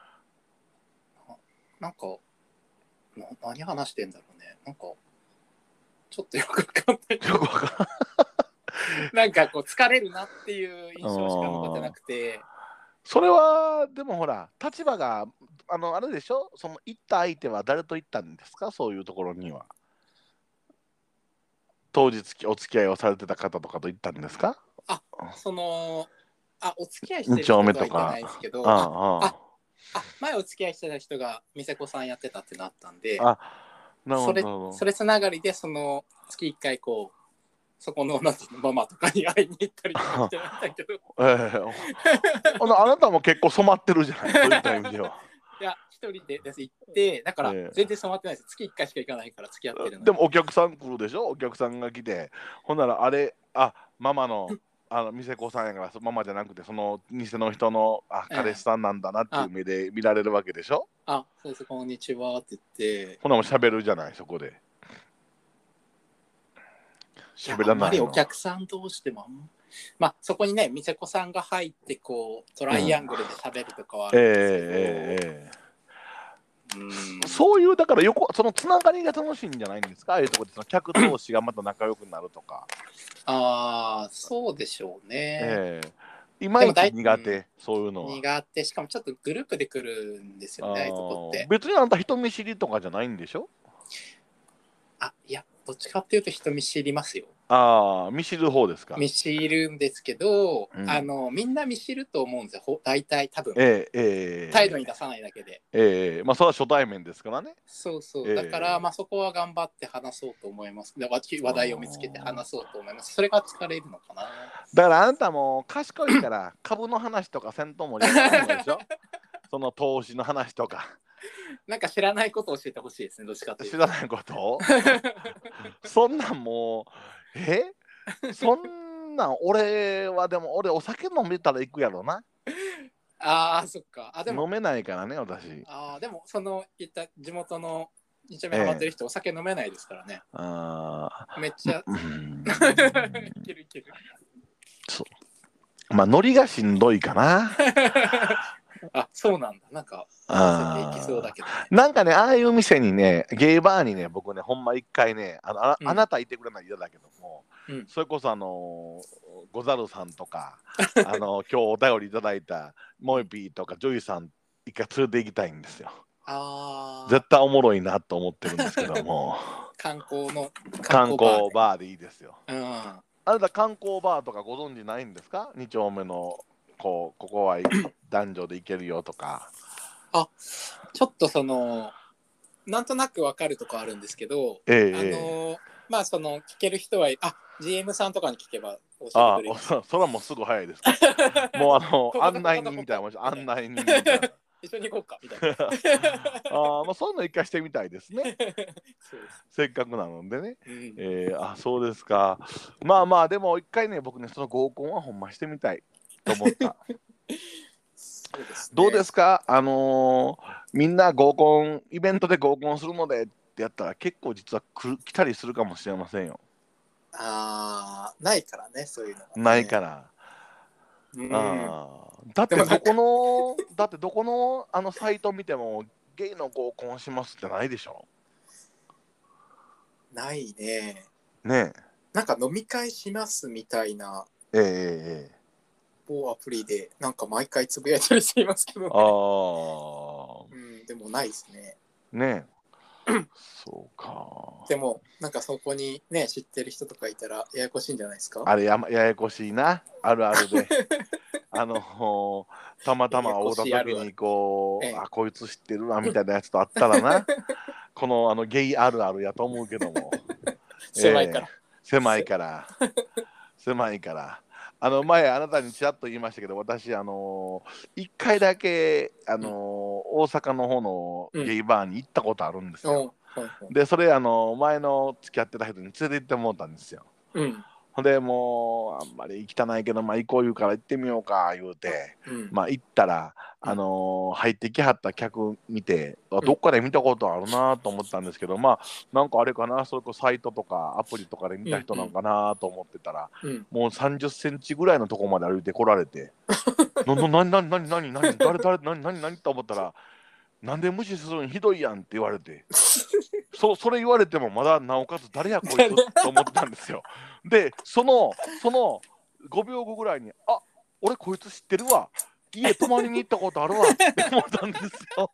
なんかな何話してんだろうねなんかちょっとよくわかんないい。よくわかんなんかこう疲れるなっていう印象しか残ってなくて、 それはでもほら立場があのあれでしょその行った相手は誰と行ったんですかそういうところには。当日お付き合いをされてた方とかと行ったんですか？ あそのあお付き合いしてる二丁人とは言って目とか。 ないですけど、 ああああ前お付き合いしてた人が店子さんやってたってなったんで、 あなるほそれど。 それつながりでその月いっかいこうそこの同じママとかに会いに行ったりとかしてましたけどええあのあなたも結構染まってるじゃないそういった意味では。 いや一人でです行ってだからええ全然染まってないです月いっかいしか行かないから付き合ってるのでもお客さん来るでしょお客さんが来てほんならあれあママのあの店子さんやからそママじゃなくてその店の人のあええ彼氏さんなんだなっていう目で見られるわけでしょ。 あそうですこんにちはって言ってほなもう喋るじゃないそこで。 いや喋らあんまりおないの。 客さん同士でもあんまあそこにね店子さんが入ってこうトライアングルで喋るとかはあええるんですけど、 ええええうんそういうだから横そのつながりが楽しいんじゃないんですか、ああいうところでその客同士がまた仲良くなるとか。 ああ、そうでしょうね。 ええいまいちでも大、 苦手、 うん、 そういうのは。 苦手、しかもちょっとグループで来るんですよね、ああいうとこっあて。 別にあんた人見知りとかじゃないんでしょ。 あ、いや、どっちかっていうと人見知りますよ。 ああ見知る方ですか。 見知るんですけど、 うん、 あの、みんな見知ると思うんですよ、ほ大体、多分。 えええ態度に出さないだけで。 えええまあそれは初対面ですからね。 そうそう。 ええだから、まあそこは頑張って話そうと思います。で話題を見つけて話そうと思います。それが疲れるのかな。 だからあんたも賢いから株の話とかせんと盛り上がらんのでしょ。その投資の話とかなんか知らないことを教えてほしいですね、どっちかというと。 知らないことそんなんもうえそんなん俺はでも俺お酒飲めたら行くやろな。 ああ、そっか。あ、でも、 飲めないからね私。 ああ、でも、その、言った地元のに丁目えハマってるえ人、お酒飲めないですからね。 あめっちゃ。 ーうんいけるいける。 そうまあノリがしんどいかな。 あ、そうなんだ。なんか、合わせていきそうだけどね。 なんかねああいう店にねゲイバーにね僕ねほんま一回ねあの あ,、 うんあなたいてくれない嫌だけども、 うん、 それこそあのござるさんとかあの今日お便りいただいたモイピーとかジョイさん一回連れて行きたいんですよ。 ああ、 絶対おもろいなと思ってるんですけども観光の観光バーバーでいいですよ。 で。うん。 あなた観光バーとかご存知ないんですか。に丁目のこうここは男女で行けるよとか。 あ、ちょっとその、なんとなくわかるとこあるんですけど、 ええあの、まあその、聞ける人は、あ、ジーエム さんとかに聞けば教えてあくれます。 あ、そそれはもうすぐ早いですから。もうあのここ案内ここ人みたいなもんここ案内人みたいな。 一緒に行こうかみたいな。 ああ、まあそういうの一回してみたいですね。 そうです。 せっかくなのでね。 うん、 えー、あ、そうですか。まあまあでも一回ね僕ねその合コンはほんましてみたいと思った。 そうですね。 どうですか。あのーみんな合コンイベントで合コンするのでってやったら結構実は来る来たりするかもしれませんよ。 ああ、ないからね、そういうのが、ね。 ないから。 うん。 あーだってでもなんかどこのだってどこのあのサイト見てもゲイの合コンしますってないでしょ。 ないね。 ねなんか飲み会しますみたいなえ。ええええ某アプリでなんか毎回つぶやいたりしていますけどね。 あうん、でもないですね。 あねえそうか。 でもなんかそこにね知ってる人とかいたらややこしいんじゃないですか。 あれやまややこしいなあるあるであのたまたま会うた時にこうややこしいあるあるええあこいつ知ってるわみたいなやつとあったらなこのあのゲイあるあるやと思うけども狭いから、 ええ狭いから狭いからあの前あなたにちらっと言いましたけど私あの一回だけあの、大阪の方のゲイバーに行ったことあるんですよ、 うんはいはいでそれあの前の付き合ってた人に連れて行ってもらったんですよ。 うんほんでもうあんまり行きたないけどまあ行こう言うから行ってみようか言うてうんまあ行ったら、 うんあのー入ってきはった客見て、あんどっかで見たことあるなと思ったんですけど、まあなんかあれかなそれこそサイトとかアプリとかで見た人なんかなと思ってたら、 うんもうさんじゅっセンチぐらいのとこまで歩いてこられてなななになになになになに誰誰なになになにと思ったらなんで無視するんひどいやんって言われてそそれ言われてもまだなおかつ誰やこいつと思ってたんですよ。でそのそのごびょうごぐらいにあ俺こいつ知ってるわ家泊まりに行ったことあるわって思ったんですよ。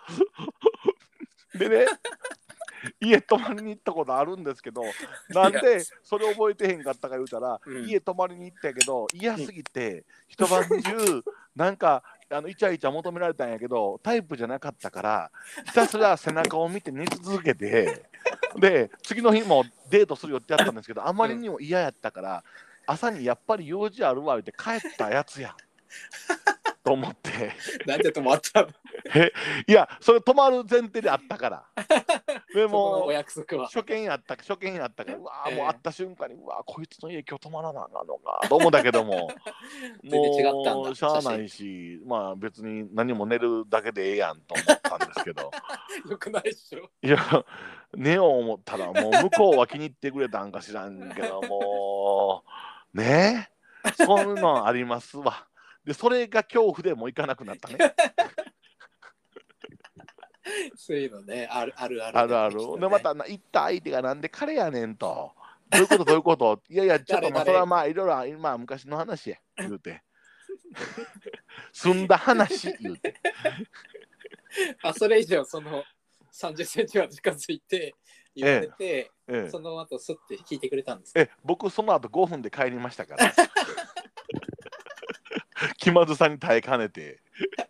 でね家泊まりに行ったことあるんですけどなんでそれ覚えてへんかったか言うたら、 うん家泊まりに行ったけど嫌すぎて一晩中なんかあのイチャイチャ求められたんやけどタイプじゃなかったからひたすら背中を見て寝続けてで次の日もデートするよってやったんですけどあまりにも嫌やったから朝にやっぱり用事あるわ言って帰ったやつやと思ってなんで止まったの。 えいやそれ泊まる前提であったからでそこのもお約束は。 初見やった初見やったからうわーええもう会った瞬間にうわーこいつの家今日泊まらなあかんのかと思ったけども全然違ったんだもうしゃあないしまあ別に何も寝るだけでええやんと思ったんですけどよくないっしょ。 いや寝よう思ったらもう向こうは気に入ってくれたんか知らんけどもうねえそんなんありますわ。でそれが恐怖でもう行かなくなったね。 そういうのね、あるあるある、 あるある。でまたな行った相手がなんで彼やねんと。どういうことどういうこといやいやちょっとまあそれはまあいろいろ今昔の話や言うて済んだ話言うてあ、それ以上そのさんじゅっセンチは近づいて言われて、ええええ、その後スッて聞いてくれたんですか？ え僕その後ごふんで帰りましたから気まずさに耐えかねて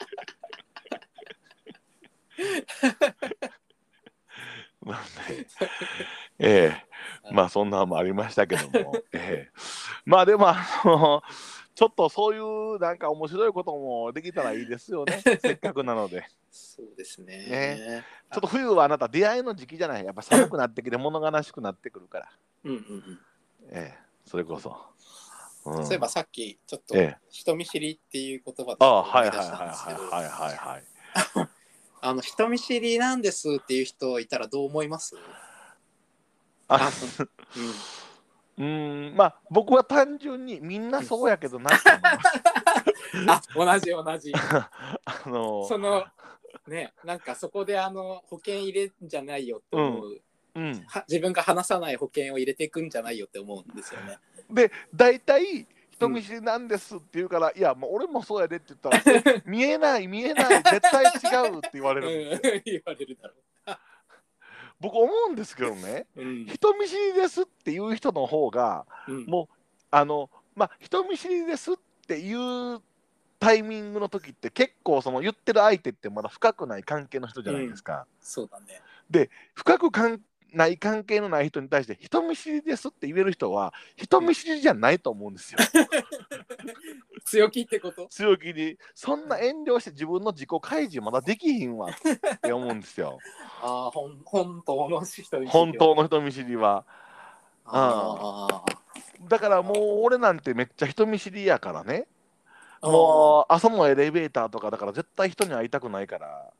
なんでええまあそんなのもありましたけども、ええ、まあでもあのちょっとそういうなんか面白いこともできたらいいですよねせっかくなので。 そうです ね, ねちょっと冬はあなた出会いの時期じゃないやっぱ寒くなってきて物悲しくなってくるからうんうん、うん、 ええそれこそ、 うん、そういえばさっきちょっと人見知りっていう言葉で思い出したんですけど、 はいはいはいはいあの人見知りなんですっていう人いたらどう思います？ あうん、うんまあ僕は単純にみんなそうやけどなって思いますあ同じ同じあのー、 そのねなんかそこであの保険入れんじゃないよって思う、うんうん、自分が話さない保険を入れていくんじゃないよって思うんですよね。 で大体人見知りなんですって言うから、うん、いやもう俺もそうやでって言ったら見えない見えない絶対違うって言われるんですよ、うん、 言われるだろう僕思うんですけどね、うん、人見知りですっていう人の方が、うん、もうあのまあ人見知りですっていうタイミングの時って結構その言ってる相手ってまだ深くない関係の人じゃないですか、うん、 そうだね。 で深く関ない関係のない人に対して人見知りですって言える人は人見知りじゃないと思うんですよ強気ってこと？ 強気にそんな遠慮して自分の自己開示まだできひんわって思うんですよああ、ほん本当の人見知り本当の人見知りはあだからもう俺なんてめっちゃ人見知りやからねもう朝のエレベーターとかだから絶対人に会いたくないから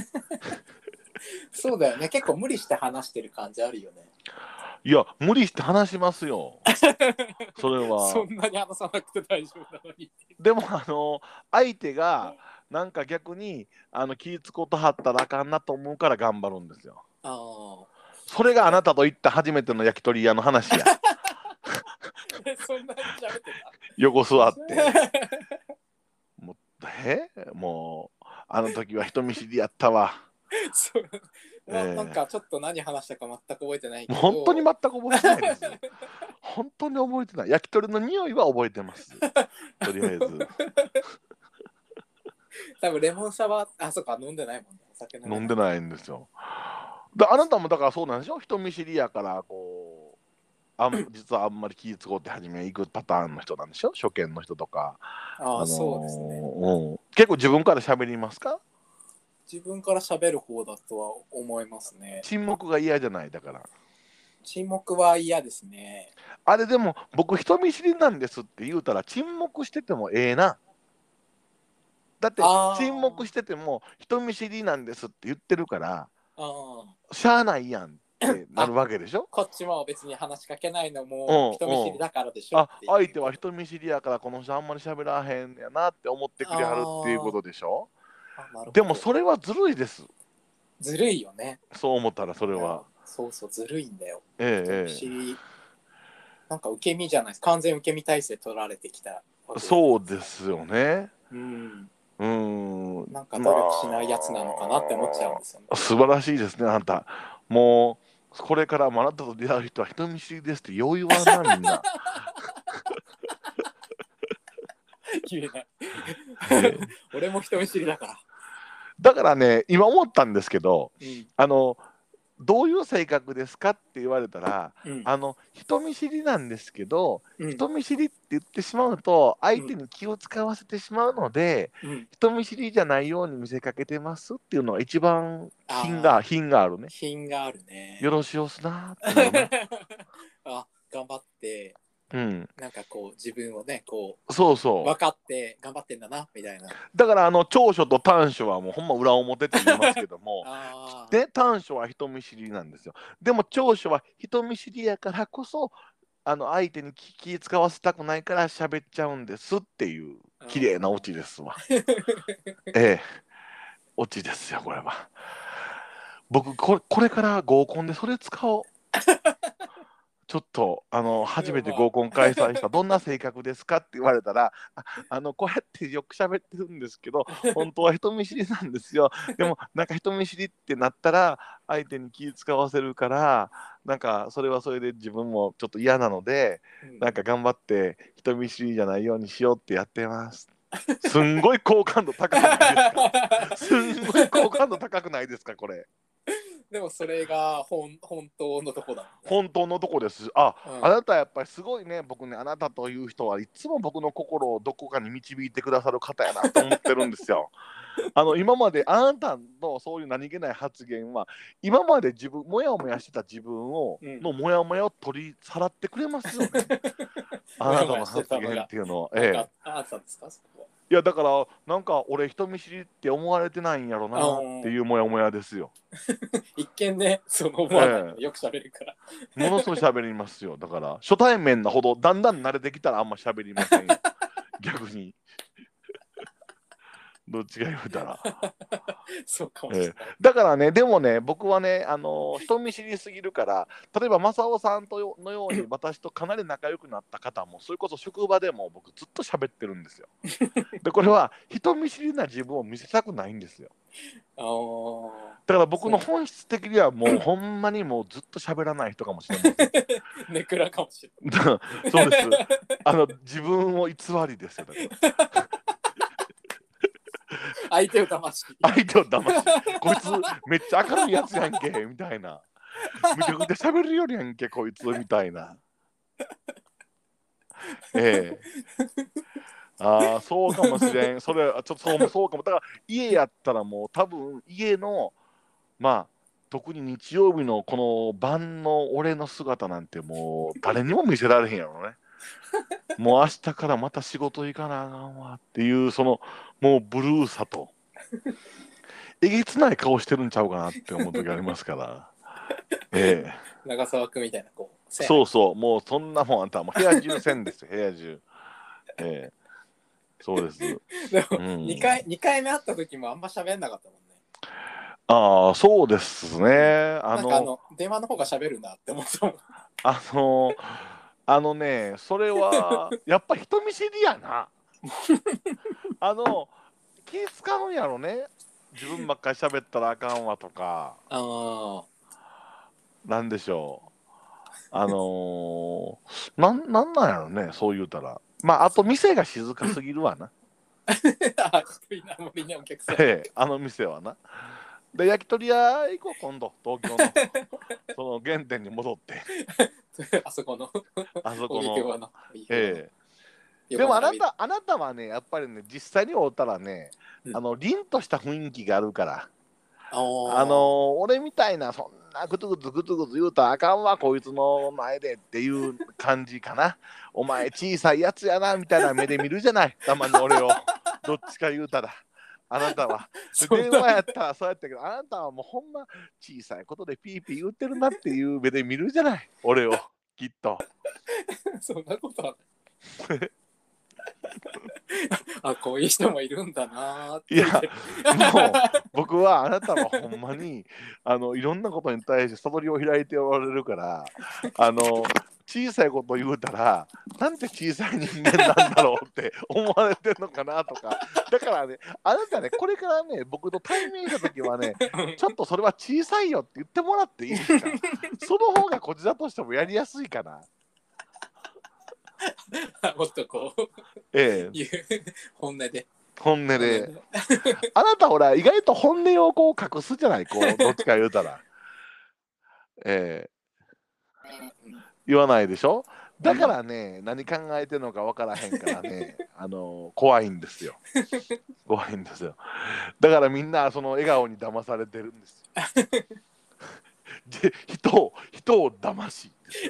そうだよね結構無理して話してる感じあるよね。 いや無理して話しますよそれはそんなに話さなくて大丈夫なのにでもあの相手がなんか逆にあの気ぃつことはったらあかんなと思うから頑張るんですよ。あそれがあなたと行った初めての焼き鳥屋の話やそんなに喋ってた横座ってもうえもうあの時は人見知りやったわそう、まあえー、なんかちょっと何話したか全く覚えてないけど本当に全く覚えてないです本当に覚えてない焼き鳥の匂いは覚えてますとりあえず多分レモンサワーあそっか飲んでないもんねお酒飲んでないんですよであなたもだからそうなんでしょ人見知りやからこうあん実はあんまり気ぃつこうって初め行くパターンの人なんでしょ初見の人とかあ、あのー、そうですね、 うん、結構自分から喋りますか？ 自分から喋る方だとは思いますね。 沈黙が嫌じゃないだから沈黙は嫌ですね。 あれでも僕人見知りなんですって言うたら沈黙しててもええなだって沈黙してても人見知りなんですって言ってるからあしゃあないやんってなるわけでしょこっちも別に話しかけないのも人見知りだからでしょあ相手は人見知りやからこの人あんまり喋らへんやなって思ってくれはるっていうことでしょでもそれはずるいですずるいよねそう思ったらそれはそうそうずるいんだよ、 ええ、 人見知りなんか受け身じゃないです完全受け身体制取られてきたそうですよねうんうんなんか努力しないやつなのかなって思っちゃうんですよね、まあ、 素晴らしいですねあんたもうこれからあなたと出会う人は人見知りですってよう言わんなみんな言えない俺も人見知りだからだからね今思ったんですけど、うん、あのどういう性格ですかって言われたら、うん、あの人見知りなんですけど、うん、人見知りって言ってしまうと相手に気を使わせてしまうので、うん、人見知りじゃないように見せかけてますっていうのが一番品が品があるね品があるねよろしおすなーっていうのあ頑張ってうん、なんかこう自分をねこうそうそう分かって頑張ってんだなみたいなだからあの長所と短所はもうほんま裏表って言いますけどもで短所は人見知りなんですよでも長所は人見知りやからこそあの相手に気使わせたくないから喋っちゃうんですっていう綺麗なオチですわええオチですよこれは僕これ、これから合コンでそれ使おう。ちょっとあの初めて合コン開催したどんな性格ですかって言われたら、ああのこうやってよく喋ってるんですけど本当は人見知りなんですよ。でもなんか人見知りってなったら相手に気使わせるからなんかそれはそれで自分もちょっと嫌なので、なんか頑張って人見知りじゃないようにしようってやってます。すんごい好感度高くないですか？すんごい好感度高くないですかこれ。 でもそれが本本当のとこだもんね。 本当のとこです。あ、 うん、 あなたやっぱりすごいね。僕ね、あなたという人はいつも僕の心をどこかに導いてくださる方やなと思ってるんですよ。あの今まであなたのそういう何気ない発言は今まで自分もやもやしてた自分を、 うん、 のもやもやを取り去ってくれますよね。あなたの発言っていうのは、 なんかええ、 あったんですかそこいやだからなんか俺人見知りって思われてないんやろは。 なっていうもやもやですよ。 一見ね、そう思わないの、 ええ、 よく喋るから。 ものすごい喋りますよ。だから初対面なほどだんだん慣れてきたらあんま喋りませんよ。逆にどっちが言うたら、 そうかもしれえない。 え、だからねでもね僕はねあの人見知りすぎるから例えば正雄さんとよのように私とかなり仲良くなった方もそれこそ職場でも僕ずっと喋ってるんですよ。でこれは人見知りな自分を見せたくないんですよ。 ああ。 だから僕の本質的にはもうほんまにもうずっと喋らない人かもしれません。 ネクラかもしれそうです。あの自分を偽りですよ。だからない。相手を騙し。 相手を騙し、こいつめっちゃ明るいやつやんけみたいな、めちゃくちゃ喋るよりやんけこいつみたいな。ええ、ああそうかもしれん。それはちょっとそうそうかも。だから家やったらもう多分家のまあ特に日曜日のこの晩の俺の姿なんてもう誰にも見せられへんやろね。もう明日からまた仕事行かなあかんわっていうそのもうブルーさとえげつない顔してるんちゃうかなって思う時ありますから。ええ、 長澤君みたいなこう。 そうそう、もうそんなもんあんたもう部屋中せんですよ、部屋中。ええ、そうです。 でも、 うん、 にかいにかいめ会った時もあんま喋んなかったもんね。 ああ、そうですね。あなんかあの、 の電話の方が喋るなって思ったもん。 あの、あのね、それはやっぱ人見知りやな。あの、気使うんやろね。自分ばっかり喋ったらあかんわとか、 あなんでしょう。あのー、なん、なんなんやろね、そう言うたら。まあ、あと店が静かすぎるわな。 あ。一人なもりね、お客さん。 ええ、あの店はな。で、焼き鳥屋行こう、今度、東京の。その原点に戻って、 あそこの。 あそこの。 荻窪の。 ええ。で横並び。 もあなた、あなたはね、やっぱりね、実際に会うたらね、 うんあの、凛とした雰囲気があるから、 あーあのー俺みたいな、そんなグツグツグツグツ言うたらあかんわ、こいつの前でっていう感じかな。お前小さいやつやな、みたいな目で見るじゃない、たまに俺を。どっちか言うたら。あなたは。 そんな電話やったらそうやったけど、あなたはもうほんま小さいことでピーピー言ってるなっていう目で見るじゃない、俺を。きっと。 そんなことはない。あ、こういう人もいるんだなーっていや、もう僕はあなたはほんまにあのいろんなことに対して悟りを開いておられるから、あの小さいこと言うたらなんて小さい人間なんだろうって思われてるのかなとか。だからね、あなたね、これからね僕と対面した時はね、ちょっとそれは小さいよって言ってもらっていいですか？その方がこちらとしてもやりやすいかな。 もっとこうええ、 言う本音で。 本音で。あなたほら意外と本音をこう隠すじゃない、こうどっちか言うたら。ええ、言わないでしょ。だからね、何考えてるのか分からへんからね、あの怖いんですよ。怖いんですよ。だからみんなその笑顔に騙されてるんですよ。で人を人を騙しですよ。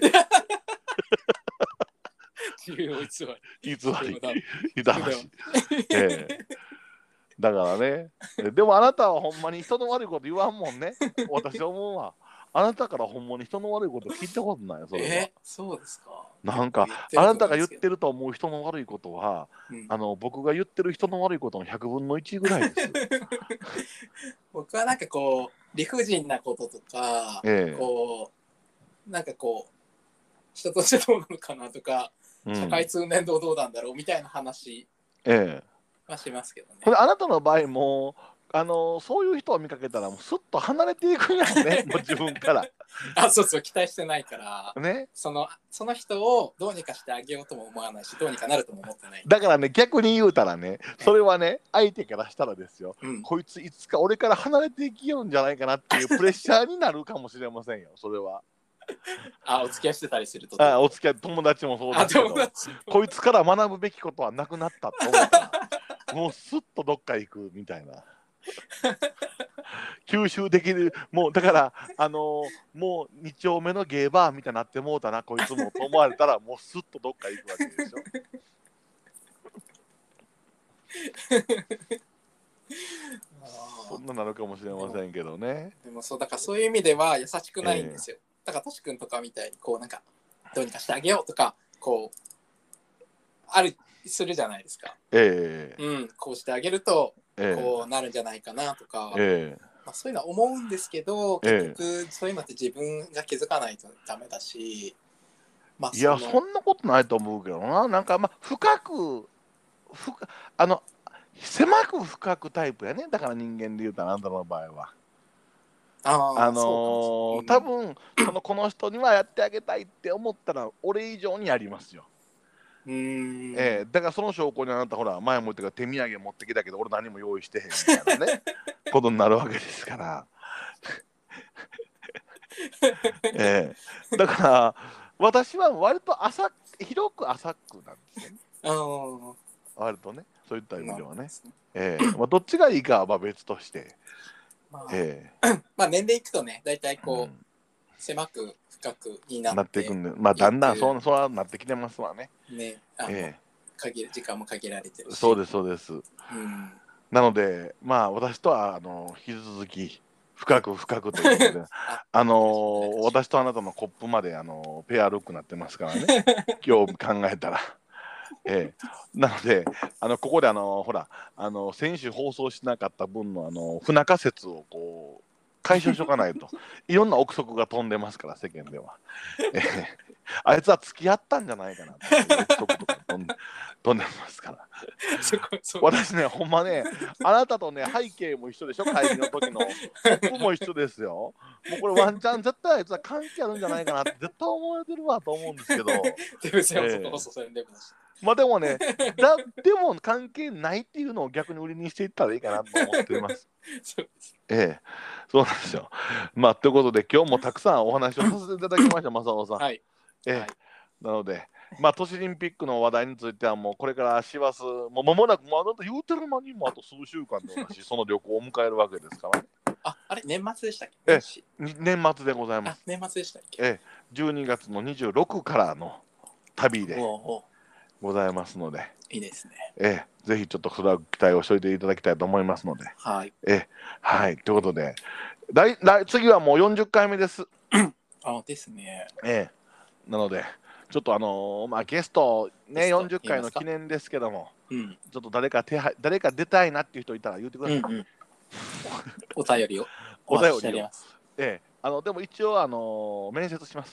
自由を偽り。 偽り、騙し。ええ、だからね。でもあなたはほんまに人の悪いこと言わんもんね。私は思うわ。あなたからほんまに人の悪いこと聞いたことないよ、それは。 え、そうですか。 なんかあなたが言ってると思う人の悪いことは、うん、あの僕が言ってる人の悪いことのひゃくぶんのいちぐらいです。 僕はなんかこう理不尽なこととか、 ええ、 こうなんかこう人としてどうなのかなとか、 うん、 社会通念度どうなんだろうみたいな話ええ。 はしますけどね。 これあなたの場合もあのそういう人を見かけたらもうスッと離れていくんやろねもう自分からあ、そうそう、期待してないからね。 そのその人をどうにかしてあげようとも思わないし、どうにかなるとも思ってない。 だからね、逆に言うたらね、それはね、相手からしたらですよ、 うん、 こいついつか俺から離れていきようんじゃないかなっていうプレッシャーになるかもしれませんよ、それは。 あ、お付き合いしてたりすると。 あ、お付き合い、友達もそうであ、 すけど、 友達。 こいつから学ぶべきことはなくなったと思ったら、もうスッとどっか行くみたいな。吸収できる、もうだから、あのーもうに丁目のゲーバーみたいになってもうたな、こいつもと思われたら、もうスッとどっか行くわけでしょ。そんななるかもしれませんけどね。 でもそうだからそういう意味では優しくないんですよ。えー、だからトシ君とかみたいにこうなんかどうにかしてあげようとかこうあるするじゃないですか。 えー、うん、こうしてあげるとえー、 こうなるんじゃないかなとか、 えーまあ、そういうのは思うんですけど、結局そういうのって自分が気づかないとダメだし、まあ、 いやそんなことないと思うけどな。なんかまあ深く深あの狭く深くタイプやね。だから人間で言うとあなたの場合は。 あ、 あのーうん、多分そのこの人にはやってあげたいって思ったら俺以上にやりますよ。 うーん、 えー、だからその証拠にあなたほら前も言ったから手土産持ってきたけど俺何も用意してへんみたいなねことになるわけですから。えー、だから私は割と浅広く浅くなんですよね。あ割とねそういった意味ではね。えーまあ、どっちがいいかはまあ別として。 まあ、 えー、まあ年齢いくとね大体こう、うん、狭く深くになってなっていくんで、まあだんだんそうそうはなってきてますわね。 ね、あの、えー、限時間も限られてるし。 そうですそうです。うん、なのでまあ私とはあの引き続き深く深くということであのー、私とあなたのコップまであのー、ペアルックになってますからね今日考えたら。ええ、なのであのここであのほらあの先週放送しなかった分のあの不仲説をこう解消しとかないといろんな憶測が飛んでますから世間では、ええ、あいつは付き合ったんじゃないかなっていう憶測とか飛んで飛んでますから私ねほんまねあなたとね背景も一緒でしょ会議の時のコップも一緒ですよ。もうこれワンチャン絶対あいつは関係あるんじゃないかなって絶対思われてるわと思うんですけどまあでもねだでも関係ないっていうのを逆に売りにしていったらいいかなと思っています。そうです。ええ、そうなんですよ。まあということで今日もたくさんお話をさせていただきました正雄さん。はい。ええ、はい、なのでまあ都市オリンピックの話題についてはもうこれから師走もう間もなくもうあなた言うてる間にもあと数週間で私その旅行を迎えるわけですからね。 あ、あれ年末でしたっけ？ ええ、年末でございます。 年末でしたっけ？ ええ、じゅうにがつのにじゅうろくからの旅でございますので。 いいですね。 ええ、ぜひちょっとそれは期待をしておいていただきたいと思いますので。はい。ええ、はい。ということで、来来次はもうよんじゅっかいめです。 あですね。 ええ、なので、ちょっとあのー、まあゲストねよんじゅっかいの記念ですけども、うん、ちょっと誰か手配誰か出たいなっていう人いたら言ってください。うんうん、 お便りをお便りを。ええ、あのでも一応あのー、面接します。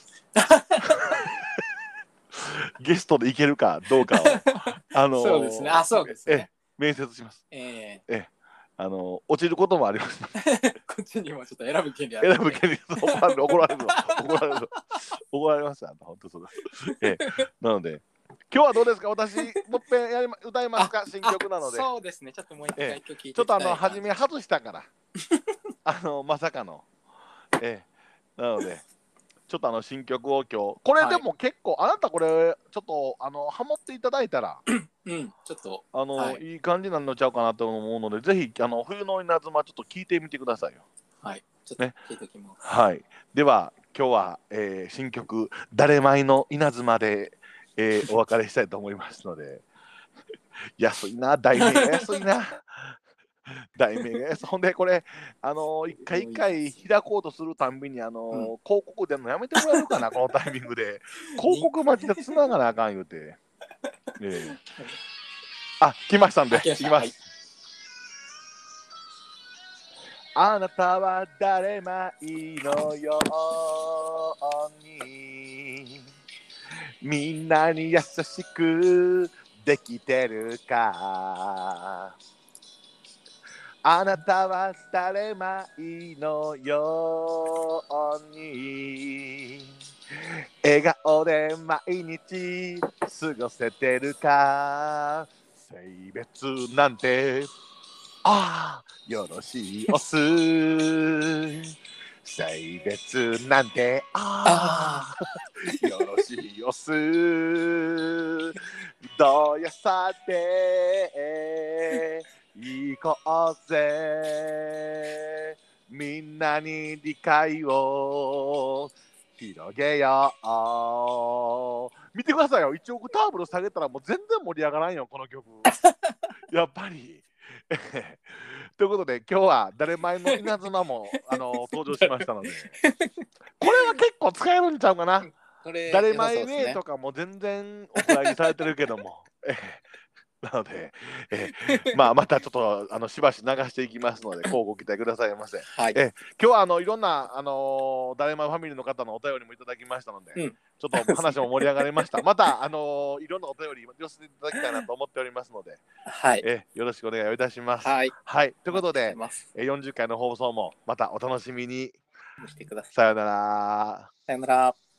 ゲストでいけるかどうかを、あのー、 そうですね。あ、そうですね。 ええ、面接します。ええええ、あのー、落ちることもあります。 こっちにもちょっと選ぶ権利ある。 選ぶ権利怒られる怒られる怒られる怒られますよ。本当そうだ。ええ、なので今日はどうですか。私もっぺんやりま歌いますか。新曲なので。 そうですね。ちょっともう一回曲聴いていきたい。ちょっとあの初め外したからあのまさかの、ええ、なので。ちょっとあの新曲を今日これでも結構、はい、あなたこれちょっとあのハモっていただいたらうん、ちょっとあの、はい、いい感じになるのちゃうかなと思うのでぜひあの冬の稲妻ちょっと聞いてみてくださいよ。 はい、ちょっと聞いておきます。 ね、はい。では今日は、えー、新曲「誰前の稲妻で」えー、お別れしたいと思いますので安いな題名が安いな題名がほんでこれあのー、一回一回開こうとするたんびにあのーうん、広告出るのやめてもらえるかなこのタイミングで広告待ちでつながなあかん言うて、えー、あ来ましたんでいきます、はい、 あなたは誰まいのようにみんなに優しくできてるか。あなたは誰まいのように笑顔で毎日過ごせてるか。性別なんてああよろしいおす。性別なんてああよろしいおす。どうやさて行こうぜ。みんなに理解を広げよう。見てくださいよ。いちオクターブル下げたらもう全然盛り上がらんよこの曲。やっぱり。ということで今日は誰前の稲妻もあの登場しましたのでこれは結構使えるんちゃうかな。 これ誰良さそう前ねですね。 とかも全然お蔵入りされてるけどもえなので、えまあまたちょっとあのしばし流していきますので、こうご期待くださいませ。 はい。 え今日はあのいろんなあの誰前ファミリーの方のお便りもいただきましたので、 うん。 ちょっと話も盛り上がりました。またあのいろんなお便り寄せていただきたいなと思っておりますので、 はい。 えよろしくお願いいたします。 はい。 はい、ということお待ちしてで、 ますえよんじゅっかいの放送もまたお楽しみに。 見せてください。 さようなら。 さよなら。